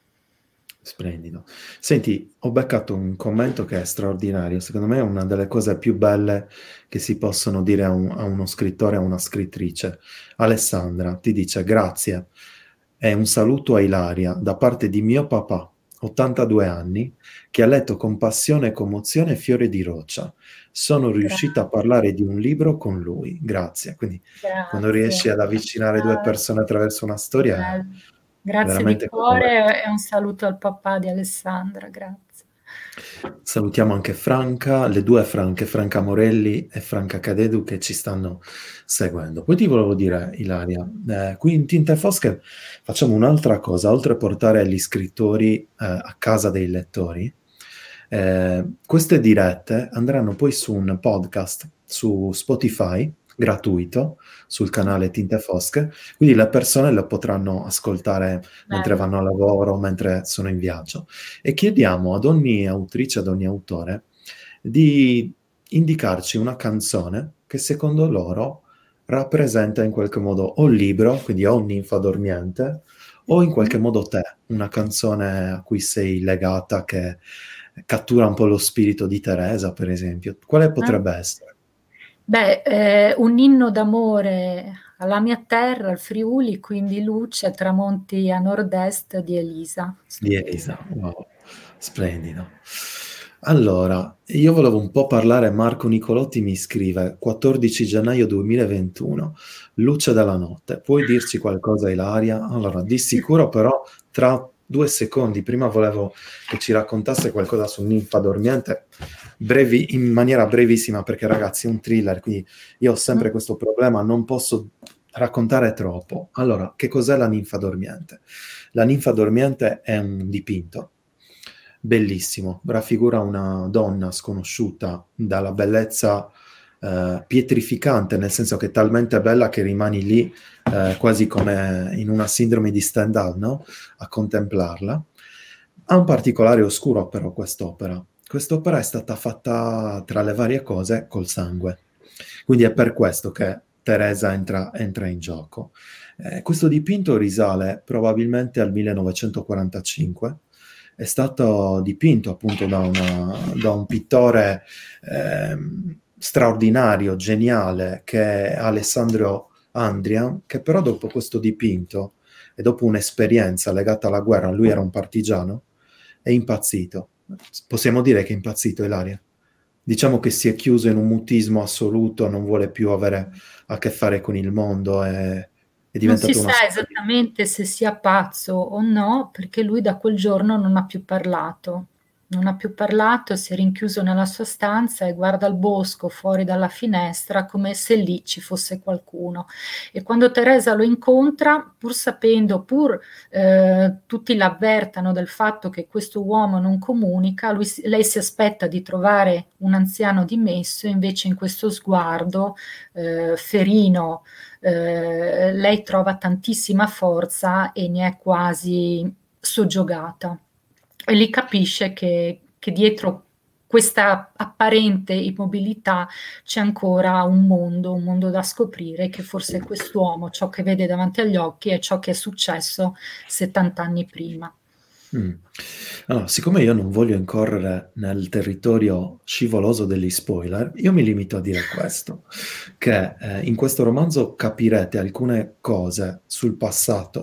Splendido. Senti, ho beccato un commento che è straordinario. Secondo me è una delle cose più belle che si possono dire a, un- a uno scrittore, a una scrittrice. Alessandra ti dice grazie e un saluto a Ilaria da parte di mio papà, ottantadue anni, che ha letto con passione e commozione Fiore di Roccia. Sono riuscita a Grazie, parlare di un libro con lui. Grazie. Quindi quando riesci grazie. ad avvicinare due Ah, persone attraverso una storia è bello. Grazie di veramente commovente. cuore e un saluto al papà di Alessandra, grazie. Salutiamo anche Franca, le due Franche, Franca Morelli e Franca Cadedu che ci stanno seguendo. Poi ti volevo dire, Ilaria, eh, qui in Tinte Fosche facciamo un'altra cosa, oltre a portare gli scrittori eh, a casa dei lettori, eh, queste dirette andranno poi su un podcast su Spotify, gratuito, sul canale Tinte Fosche, quindi le persone le potranno ascoltare mentre Bello. vanno a lavoro, mentre sono in viaggio e chiediamo ad ogni autrice, ad ogni autore, di indicarci una canzone che secondo loro rappresenta in qualche modo o il libro, quindi o un ninfa dormiente, o in qualche Mhm. modo te, una canzone a cui sei legata che cattura un po' lo spirito di Teresa, per esempio. Quale Ah. potrebbe essere? Beh, eh, un inno d'amore alla mia terra, al Friuli, quindi luce, tramonti a nord-est di Elisa. Di Elisa, wow, splendido. Allora, io volevo un po' parlare, Marco Nicolotti mi scrive, quattordici gennaio duemilaventuno, luce della notte, puoi dirci qualcosa Ilaria? Allora, di sicuro però tra due secondi, prima volevo che ci raccontasse qualcosa su Ninfa Dormiente, brevi, in maniera brevissima, perché ragazzi è un thriller, quindi io ho sempre questo problema, non posso raccontare troppo. Allora, che cos'è la Ninfa Dormiente? La ninfa dormiente è un dipinto bellissimo, raffigura una donna sconosciuta dalla bellezza eh, pietrificante, nel senso che è talmente bella che rimani lì eh, quasi come in una sindrome di Stendhal, no? A contemplarla. Ha un particolare oscuro però quest'opera. Quest'opera è stata fatta tra le varie cose col sangue. Quindi è per questo che Teresa entra, entra in gioco. Eh, questo dipinto risale probabilmente al millenovecentoquarantacinque, è stato dipinto appunto da, una, da un pittore ehm, straordinario, geniale, che è Alessandro Andria, che però dopo questo dipinto e dopo un'esperienza legata alla guerra, lui era un partigiano, è impazzito. Possiamo dire che è impazzito, Ilaria? Diciamo che si è chiuso in un mutismo assoluto, non vuole più avere a che fare con il mondo, è, è Non si diventato una sa sorta di... esattamente se sia pazzo o no, perché lui da quel giorno non ha più parlato. Non ha più parlato, si è rinchiuso nella sua stanza e guarda il bosco fuori dalla finestra come se lì ci fosse qualcuno. E quando Teresa lo incontra, pur sapendo, pur eh, tutti l'avvertano del fatto che questo uomo non comunica, lui si- lei si aspetta di trovare un anziano dimesso, invece in questo sguardo eh, ferino, eh, lei trova tantissima forza e ne è quasi soggiogata. E lì capisce che, che dietro questa apparente immobilità c'è ancora un mondo, un mondo da scoprire, che forse quest'uomo, ciò che vede davanti agli occhi è ciò che è successo settanta anni prima. Mm. Allora, siccome io non voglio incorrere nel territorio scivoloso degli spoiler, io mi limito a dire questo, che eh, in questo romanzo capirete alcune cose sul passato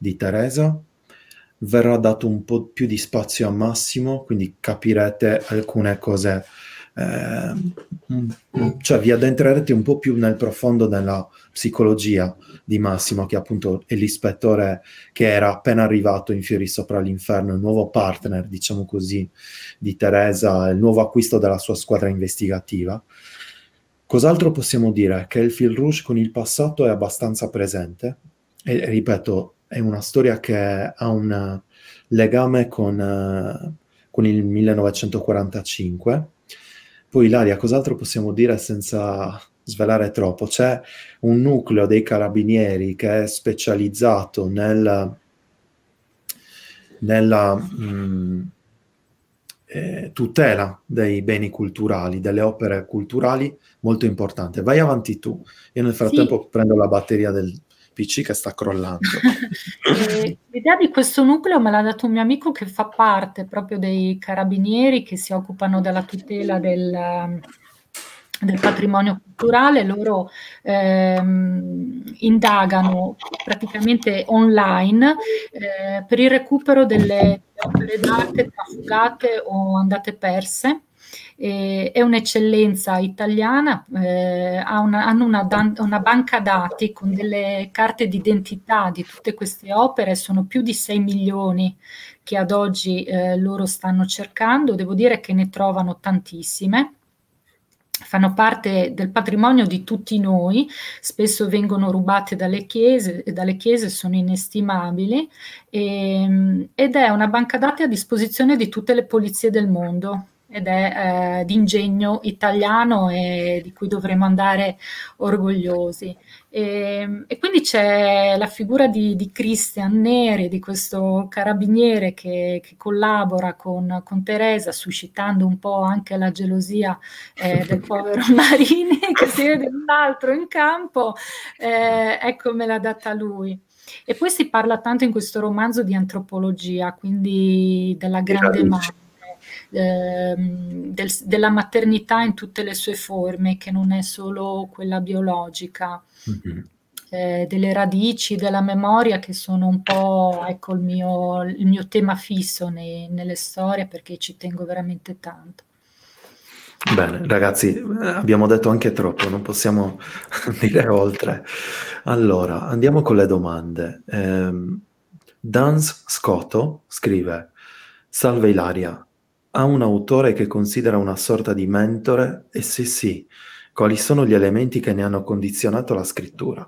di Teresa. Verrà dato un po' più di spazio a Massimo, quindi capirete alcune cose, eh, cioè vi addentrerete un po' più nel profondo della psicologia di Massimo, che appunto è l'ispettore che era appena arrivato in Fiori sopra l'inferno, il nuovo partner, diciamo così, di Teresa, il nuovo acquisto della sua squadra investigativa. Cos'altro possiamo dire? Che il fil rouge con il passato è abbastanza presente e, ripeto, è una storia che ha un legame con, uh, con il millenovecentoquarantacinque. Poi Ilaria, cos'altro possiamo dire senza svelare troppo? C'è un nucleo dei carabinieri che è specializzato nel, nella mh, eh, tutela dei beni culturali, delle opere culturali, molto importante. Vai avanti tu. Io nel Sì. frattempo prendo la batteria del P C che sta crollando. E l'idea di questo nucleo me l'ha dato un mio amico che fa parte proprio dei carabinieri che si occupano della tutela del, del patrimonio culturale. Loro ehm, indagano praticamente online eh, per il recupero delle opere d'arte trafugate o andate perse. E, è un'eccellenza italiana, eh, ha una, hanno una, dan- una banca dati con delle carte d'identità di tutte queste opere, sono più di sei milioni che ad oggi eh, loro stanno cercando, devo dire che ne trovano tantissime. Fanno parte del patrimonio di tutti noi, spesso vengono rubate dalle chiese, e dalle chiese sono inestimabili, e, ed è una banca dati a disposizione di tutte le polizie del mondo ed è eh, d'ingegno italiano e di cui dovremmo andare orgogliosi. E, e quindi c'è la figura di, di Christian Neri, di questo carabiniere che, che collabora con, con Teresa, suscitando un po' anche la gelosia eh, del povero Marini, che si vede un altro in campo, eh, ecco me l'ha data lui. E poi si parla tanto in questo romanzo di antropologia, quindi della Di grande radici. madre, ehm, del- della maternità in tutte le sue forme, che non è solo quella biologica, Mhm. eh, delle radici, della memoria, che sono un po', ecco, il mio, il mio tema fisso nei- nelle storie, perché ci tengo veramente tanto. Bene, ragazzi, eh, abbiamo detto anche troppo, non possiamo dire oltre. Allora, andiamo con le domande. Ehm, Dans Scotto scrive: Salve Ilaria, ha un autore che considera una sorta di mentore? E se sì, quali sono gli elementi che ne hanno condizionato la scrittura?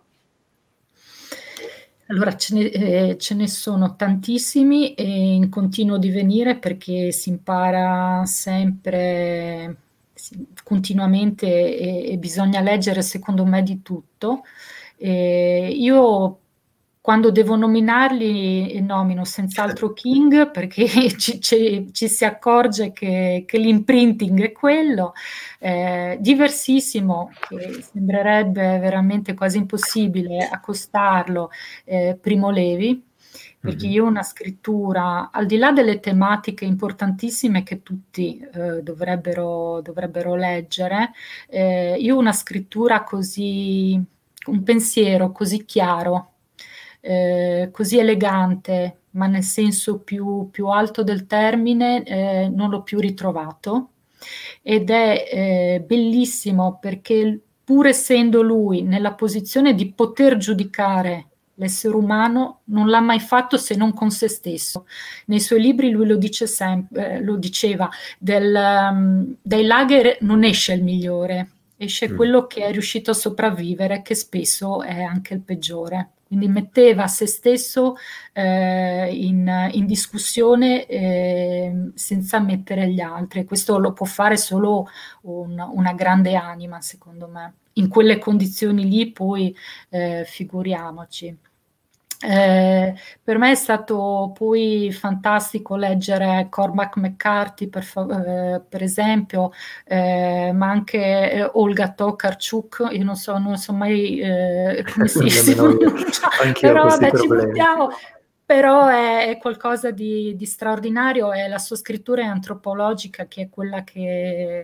Allora, ce ne, eh, ce ne sono tantissimi e in continuo divenire perché si impara sempre, si- continuamente e, e bisogna leggere, secondo me, di tutto. E io quando devo nominarli eh, nomino senz'altro King perché ci, ci- ci si accorge che, che l'imprinting è quello, eh, diversissimo, che sembrerebbe veramente quasi impossibile accostarlo, eh, Primo Levi, perché Mhm. io ho una scrittura, al di là delle tematiche importantissime che tutti eh, dovrebbero, dovrebbero leggere, eh, io ho una scrittura così, un pensiero così chiaro, eh, così elegante, ma nel senso più, più alto del termine, eh, non l'ho più ritrovato. Ed è eh, bellissimo perché pur essendo lui nella posizione di poter giudicare l'essere umano, non l'ha mai fatto se non con se stesso. Nei suoi libri lui lo dice sempre, eh, lo diceva, del, um, dai lager non esce il migliore, esce Mm. quello che è riuscito a sopravvivere, che spesso è anche il peggiore. Quindi metteva se stesso eh, in, in discussione eh, senza mettere gli altri. Questo lo può fare solo un- una grande anima, secondo me. In quelle condizioni lì, poi eh, figuriamoci. Eh, per me è stato poi fantastico leggere Cormac McCarthy, per, fa- eh, per esempio, eh, ma anche eh, Olga Tokarczuk. Io non so, non so mai eh, come si, si Nemmeno io, pronuncia, anch'io ho però questi vabbè, ci problemi. buttiamo. Però è, è qualcosa di, di straordinario e la sua scrittura è antropologica, che è quella che,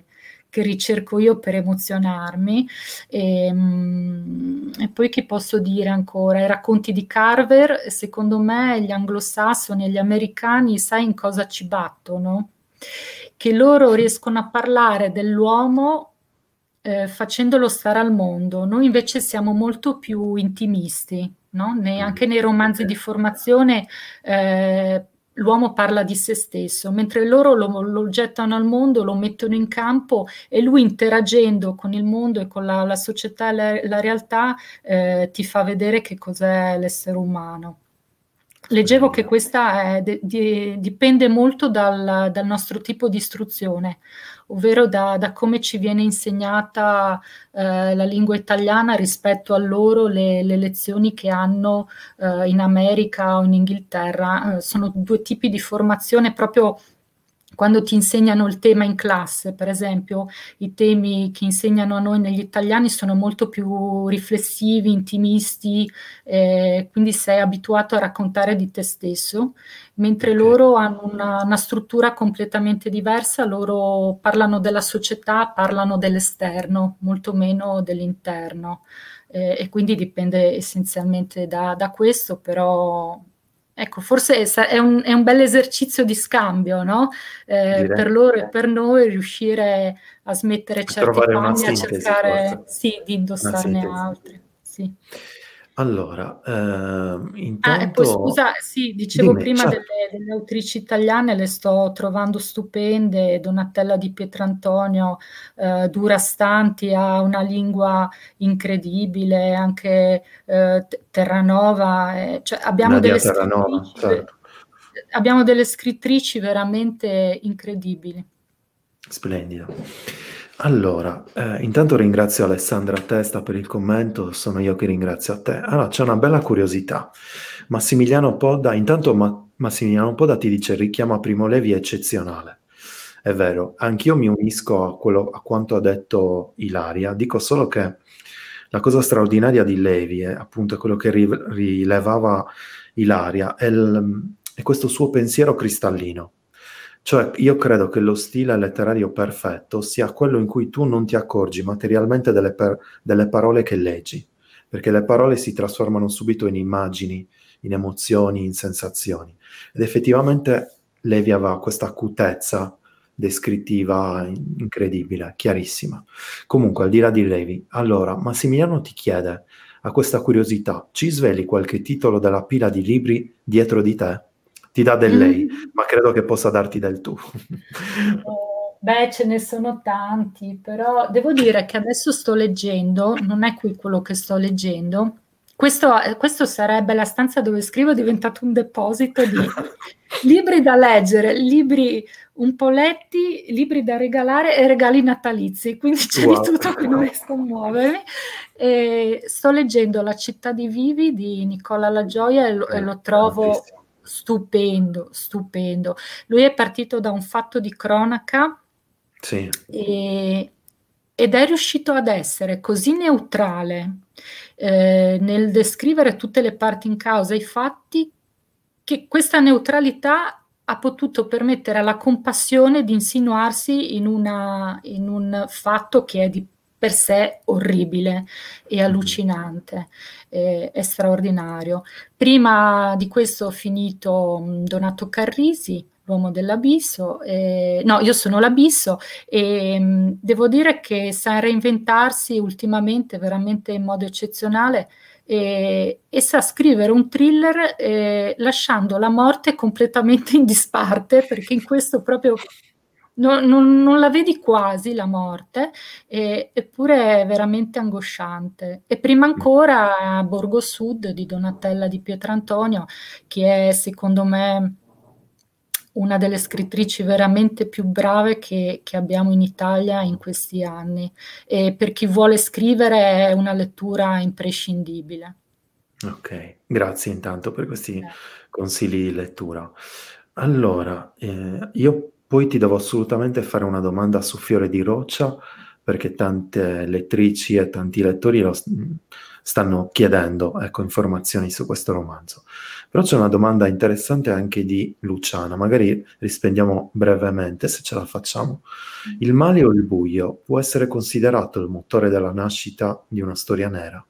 che ricerco io per emozionarmi. E, mm, e poi che posso dire ancora? I racconti di Carver, secondo me gli anglosassoni e gli americani, sai in cosa ci battono? Che loro riescono a parlare dell'uomo eh, facendolo stare al mondo. Noi invece siamo molto più intimisti, no? Ne- Mm. anche nei romanzi di formazione eh, l'uomo parla di se stesso, mentre loro lo, lo gettano al mondo, lo mettono in campo e lui interagendo con il mondo e con la, la società e la, la realtà eh, ti fa vedere che cos'è l'essere umano. Leggevo che Splendido. questa è- de- di- dipende molto dal, dal nostro tipo di istruzione, ovvero da, da come ci viene insegnata eh, la lingua italiana rispetto a loro le, le lezioni che hanno eh, in America o in Inghilterra. Eh, sono due tipi di formazione proprio quando ti insegnano il tema in classe, per esempio, i temi che insegnano a noi negli italiani sono molto più riflessivi, intimisti, eh, quindi sei abituato a raccontare di te stesso, mentre Ok. loro hanno una, una struttura completamente diversa, loro parlano della società, parlano dell'esterno, molto meno dell'interno. Eh, e quindi dipende essenzialmente da, da questo, però ecco, forse è, sa- è un, è un bel esercizio di scambio, no? Eh, Direi per loro e per noi riuscire a smettere certi trovare una panni, a sintesi, cercare, forse. sì, di Una indossarne sintesi. altri. Sì. Allora, ehm, Ah, e poi intanto scusa, sì, dicevo dimmi, prima delle, certo. delle autrici italiane, le sto trovando stupende. Donatella di Pietrantonio, eh, Dura Stanti ha una lingua incredibile, anche eh, T- Terranova, eh, cioè abbiamo Nadia delle Terranova, scrittrici, ve- certo. abbiamo delle scrittrici veramente incredibili. Splendido. Allora, eh, intanto ringrazio Alessandra Testa per il commento, sono io che ringrazio a te. Allora, c'è una bella curiosità. Massimiliano Podda, intanto Ma- Massimiliano Podda ti dice richiama Primo Levi è eccezionale. È vero, anch'io mi unisco a, quello, a quanto ha detto Ilaria, dico solo che la cosa straordinaria di Levi è appunto quello che ri- rilevava Ilaria, è, il- è questo suo pensiero cristallino. Cioè, io credo che lo stile letterario perfetto sia quello in cui tu non ti accorgi materialmente delle, per- delle parole che leggi, perché le parole si trasformano subito in immagini, in emozioni, in sensazioni. Ed effettivamente Levi aveva questa acutezza descrittiva in- incredibile, chiarissima. Comunque, al di là di Levi, allora, Massimiliano ti chiede, a questa curiosità, ci sveli qualche titolo della pila di libri dietro di te? Ti dà del lei, Mm. ma credo che possa darti del tu. Eh, Beh, ce ne sono tanti, però devo dire che adesso sto leggendo, non è qui quello che sto leggendo. Questo, eh, questo sarebbe la stanza dove scrivo, è diventato un deposito di libri da leggere, libri un po' letti, libri da regalare e regali natalizi, quindi c'è di Wow. tutto che non riesco a muovermi. E sto leggendo La città di Vivi di Nicola La Gioia e lo, e lo trovo Tantissimo. stupendo, stupendo. Lui è partito da un fatto di cronaca Sì. e- ed è riuscito ad essere così neutrale eh, nel descrivere tutte le parti in causa, i fatti, che questa neutralità ha potuto permettere alla compassione di insinuarsi in, una- in un fatto che è di per sé orribile e Mhm. allucinante, eh, è straordinario. Prima di questo ho finito mh, Donato Carrisi, L'uomo dell'abisso. eh, no, io sono l'abisso e mh, devo dire che sa reinventarsi ultimamente veramente in modo eccezionale e, e sa scrivere un thriller eh, lasciando la morte completamente in disparte, perché in questo proprio no- non, non la vedi quasi la morte, e- eppure è veramente angosciante. E prima ancora Borgo Sud di Donatella di Pietrantonio, che è secondo me una delle scrittrici veramente più brave che, che abbiamo in Italia in questi anni. E per chi vuole scrivere è una lettura imprescindibile. Ok, grazie intanto per questi Eh. consigli di lettura. Allora, eh, io poi ti devo assolutamente fare una domanda su Fiore di Roccia, perché tante lettrici e tanti lettori lo s- stanno chiedendo, ecco, informazioni su questo romanzo. Però c'è una domanda interessante anche di Luciana, magari rispondiamo brevemente se ce la facciamo. Il male o il buio può essere considerato il motore della nascita di una storia nera?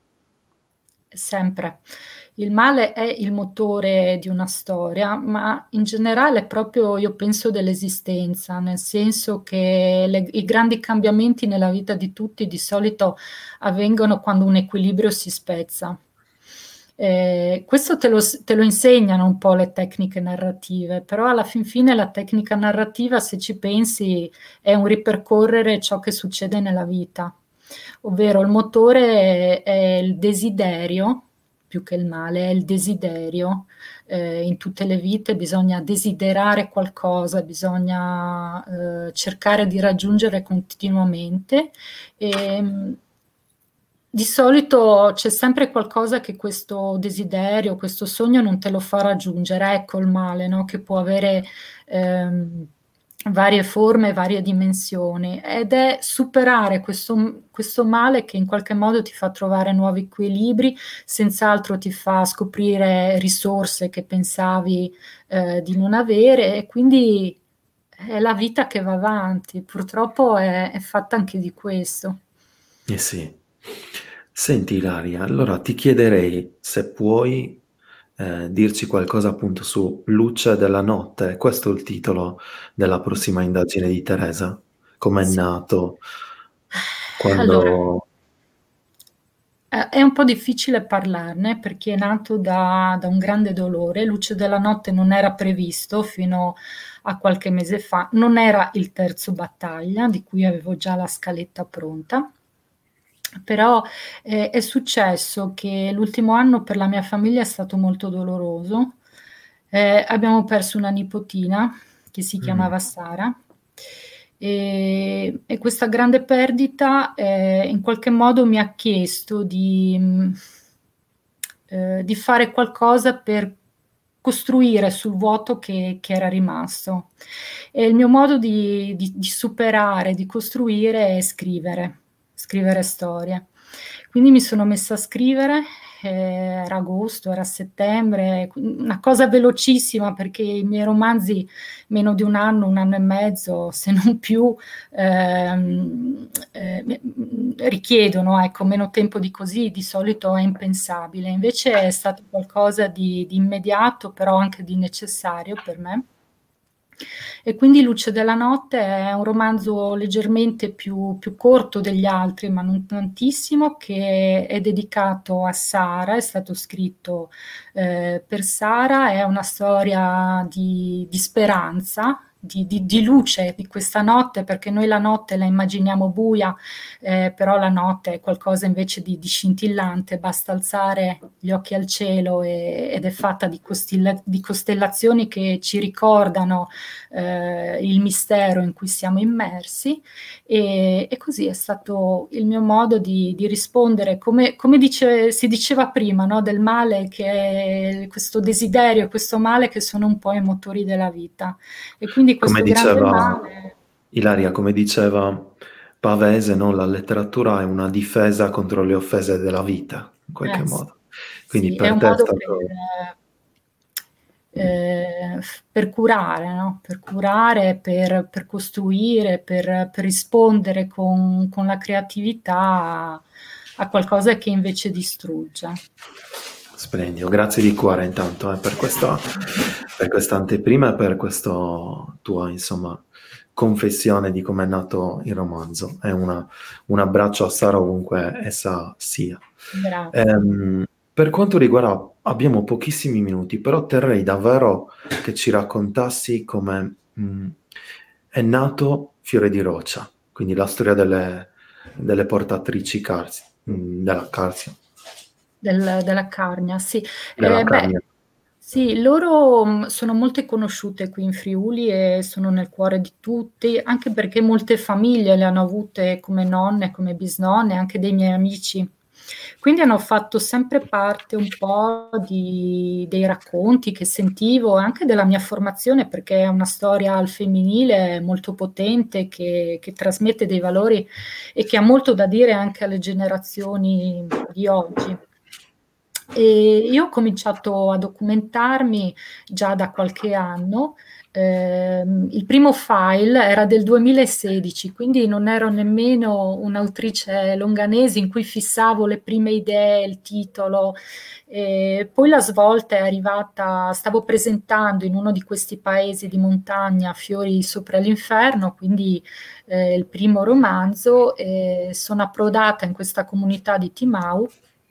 Sempre. Il male è il motore di una storia, ma in generale proprio io penso dell'esistenza, nel senso che le- i grandi cambiamenti nella vita di tutti di solito avvengono quando un equilibrio si spezza. Eh, questo te lo, te lo insegnano un po' le tecniche narrative, però alla fin fine la tecnica narrativa, se ci pensi, è un ripercorrere ciò che succede nella vita, ovvero il motore è, è il desiderio, più che il male, è il desiderio. Eh, in tutte le vite bisogna desiderare qualcosa, bisogna eh, cercare di raggiungere continuamente. E, mh, di solito c'è sempre qualcosa che questo desiderio, questo sogno non te lo fa raggiungere. Ecco il male, no? Che può avere ehm, varie forme, varie dimensioni, ed è superare questo, questo male che in qualche modo ti fa trovare nuovi equilibri, senz'altro ti fa scoprire risorse che pensavi eh, di non avere, e quindi è la vita che va avanti. Purtroppo è, è fatta anche di questo. Eh sì. Senti Ilaria, allora ti chiederei se puoi eh, dirci qualcosa appunto su Luce della notte, questo è il titolo della prossima indagine di Teresa, com'è Sì. nato, Allora, quando... eh, è un po' difficile parlarne perché è nato da, da un grande dolore. Luce della notte non era previsto fino a qualche mese fa, non era il terzo battaglia, di cui avevo già la scaletta pronta. Però eh, è successo che l'ultimo anno per la mia famiglia è stato molto doloroso. Eh, abbiamo perso una nipotina che si Mm, chiamava Sara, e, e questa grande perdita eh, in qualche modo mi ha chiesto di, mh, eh, di fare qualcosa per costruire sul vuoto che, che era rimasto. E il mio modo di, di- di superare, di costruire è scrivere, scrivere storie. Quindi mi sono messa a scrivere, eh, era agosto, era settembre, una cosa velocissima perché i miei romanzi, meno di un anno, un anno e mezzo, se non più, ehm, eh, richiedono, ecco, meno tempo di così, di solito è impensabile. Invece è stato qualcosa di, di immediato, però anche di necessario per me. E quindi Luce della notte è un romanzo leggermente più, più corto degli altri, ma non tantissimo, che è dedicato a Sara, è stato scritto eh, per Sara, è una storia di, di speranza. Di, di- di luce di questa notte, perché noi la notte la immaginiamo buia, eh, però la notte è qualcosa invece di, di scintillante, basta alzare gli occhi al cielo e- ed è fatta di, costilla- di costellazioni che ci ricordano eh, il mistero in cui siamo immersi, e, e così è stato il mio modo di, di rispondere, come, come dice- si diceva prima, no, del male, che è questo desiderio, questo male che sono un po' i motori della vita. E quindi come questo grande diceva male... Ilaria, come diceva Pavese, no? La letteratura è una difesa contro le offese della vita, in qualche Eh, sì, modo. Quindi sì, è per un te è modo per, stato... eh, per curare, no? Per curare, per, per costruire, per, per rispondere con, con la creatività a, a qualcosa che invece distrugge. Splendido, grazie di cuore intanto eh, per questa, per questa anteprima e per questa tua, insomma, confessione di come è nato il romanzo. È una- un abbraccio a Sara ovunque essa sia. Grazie. Ehm, per quanto riguarda, abbiamo pochissimi minuti, però terrei davvero che ci raccontassi come mh, è nato Fiore di Roccia, quindi la storia delle, delle portatrici Carsi, mh, della Carzio, Del- della Carnia, sì. della Eh, beh, Carnia. sì, loro mh, sono molto conosciute qui in Friuli e sono nel cuore di tutti, anche perché molte famiglie le hanno avute come nonne, come bisnonne, anche dei miei amici. Quindi hanno fatto sempre parte un po' di, dei racconti che sentivo, anche della mia formazione, perché è una storia al femminile molto potente, che, che trasmette dei valori e che ha molto da dire anche alle generazioni di oggi. E io ho cominciato a documentarmi già da qualche anno. Ehm, il primo file era del duemilasedici, quindi non ero nemmeno un'autrice longanese in cui fissavo le prime idee, il titolo. E poi la svolta è arrivata, stavo presentando in uno di questi paesi di montagna Fiori sopra l'inferno, quindi eh, il primo romanzo, e sono approdata in questa comunità di Timau.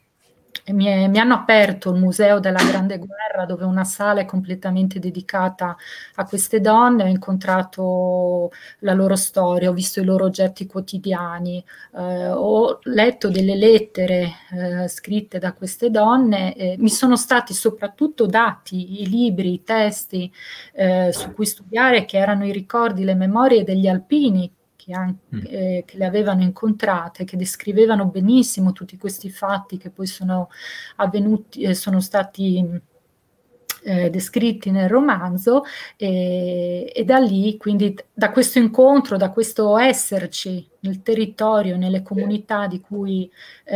E mi, è- mi hanno aperto il Museo della Grande Guerra, dove una sala è completamente dedicata a queste donne. Ho incontrato la loro storia, ho visto i loro oggetti quotidiani, eh, ho letto delle lettere eh, scritte da queste donne. Eh, mi sono stati soprattutto dati i libri, i testi eh, su cui studiare, che erano i ricordi, le memorie degli alpini che, an- Mm. eh, che le avevano incontrate, che descrivevano benissimo tutti questi fatti che poi sono avvenuti, eh, sono stati eh, descritti nel romanzo, e, e da lì, quindi da questo incontro, da questo esserci nel territorio, nelle comunità di cui,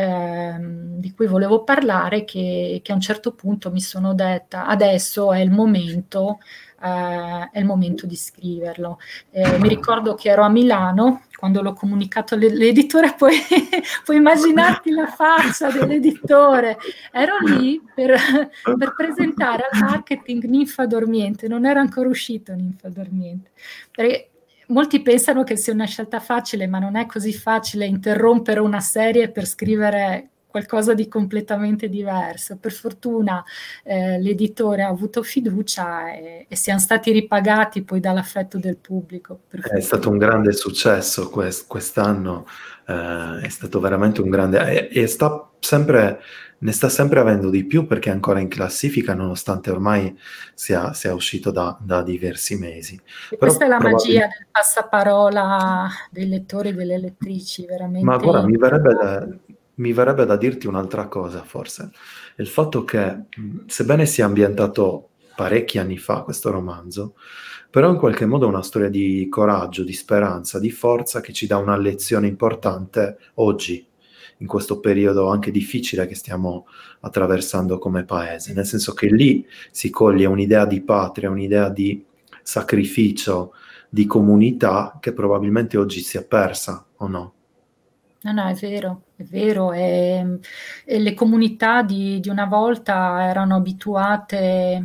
ehm, di cui volevo parlare, che, che a un certo punto mi sono detta adesso è il momento, eh, è il momento di scriverlo. Eh, mi ricordo che ero a Milano quando l'ho comunicato all'editore, poi puoi immaginarti la faccia dell'editore. Ero lì per, per presentare al marketing Ninfa Dormiente, non era ancora uscito Ninfa Dormiente. Perché molti pensano che sia una scelta facile, ma non è così facile interrompere una serie per scrivere qualcosa di completamente diverso. Per fortuna eh, l'editore ha avuto fiducia e, e siamo stati ripagati poi dall'affetto del pubblico. Per È fortuna. stato un grande successo quest- quest'anno, eh, è stato veramente un grande... E, e sta sempre, ne sta sempre avendo di più perché è ancora in classifica, nonostante ormai sia, sia uscito da, da diversi mesi. E questa è Però la magia probabilmente... del passaparola dei lettori e delle lettrici, Ma veramente guarda, mi verrebbe incredibile. da, mi verrebbe da dirti un'altra cosa, forse. Il fatto che, mh, sebbene sia ambientato parecchi anni fa questo romanzo, però in qualche modo è una storia di coraggio, di speranza, di forza che ci dà una lezione importante oggi, in questo periodo anche difficile che stiamo attraversando come paese. Nel senso che lì si coglie un'idea di patria, un'idea di sacrificio, di comunità che probabilmente oggi si è persa, o no? No, no, è vero, è vero. E, e le comunità di, di una volta erano abituate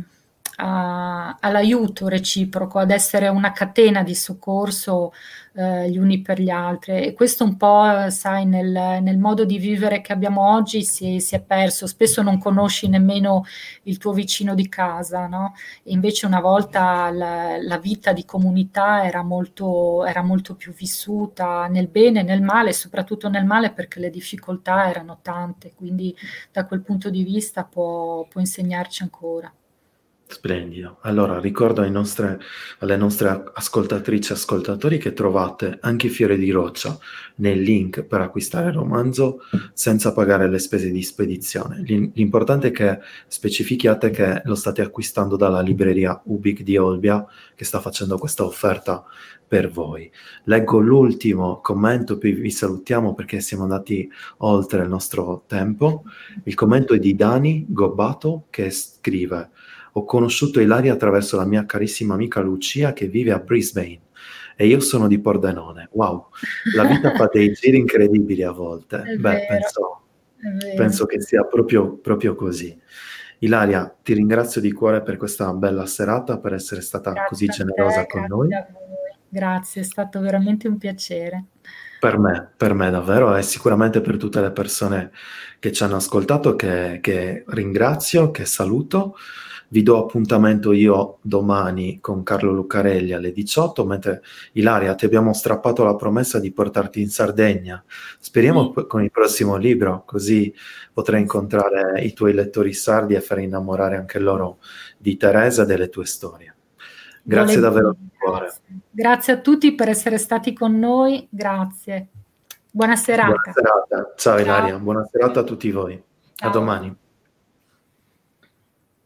a- all'aiuto reciproco, ad essere una catena di soccorso eh, gli uni per gli altri. E questo un po', eh, sai, nel, nel modo di vivere che abbiamo oggi si, si è perso. Spesso non conosci nemmeno il tuo vicino di casa, no? E invece una volta la, la vita di comunità era molto, era molto più vissuta nel bene, nel male, soprattutto nel male perché le difficoltà erano tante, quindi da quel punto di vista può, può insegnarci ancora. Splendido. Allora, ricordo ai nostre- alle nostre ascoltatrici e ascoltatori che trovate anche Fiore di Roccia nel link per acquistare il romanzo senza pagare le spese di spedizione. L'im- L'importante è che specifichiate che lo state acquistando dalla libreria Ubik di Olbia, che sta facendo questa offerta per voi. Leggo l'ultimo commento, poi vi salutiamo perché siamo andati oltre il nostro tempo. Il commento è di Dani Gobbato che scrive: Ho conosciuto Ilaria attraverso la mia carissima amica Lucia che vive a Brisbane e io sono di Pordenone. Wow, la vita fa dei giri incredibili a volte. È Beh, vero, penso, è vero. penso che sia proprio, proprio così. Ilaria, ti ringrazio di cuore per questa bella serata, per essere stata così Grazie a generosa te, con grazie noi. a voi. Grazie, è stato veramente un piacere. Per me, per me davvero, e sicuramente per tutte le persone che ci hanno ascoltato, che, che ringrazio, che saluto. Vi do appuntamento io domani con Carlo Lucarelli alle diciotto, mentre Ilaria, ti abbiamo strappato la promessa di portarti in Sardegna. Speriamo Sì, p- con il prossimo libro, così potrai sì, sì. incontrare i tuoi lettori sardi e fare innamorare anche loro di Teresa e delle tue storie. Grazie davvero Volentieri, di cuore. grazie. Grazie a tutti per essere stati con noi, grazie. Buona Buona serata. serata. Ciao Ciao. Ilaria, buona serata a tutti voi. A Ciao. domani.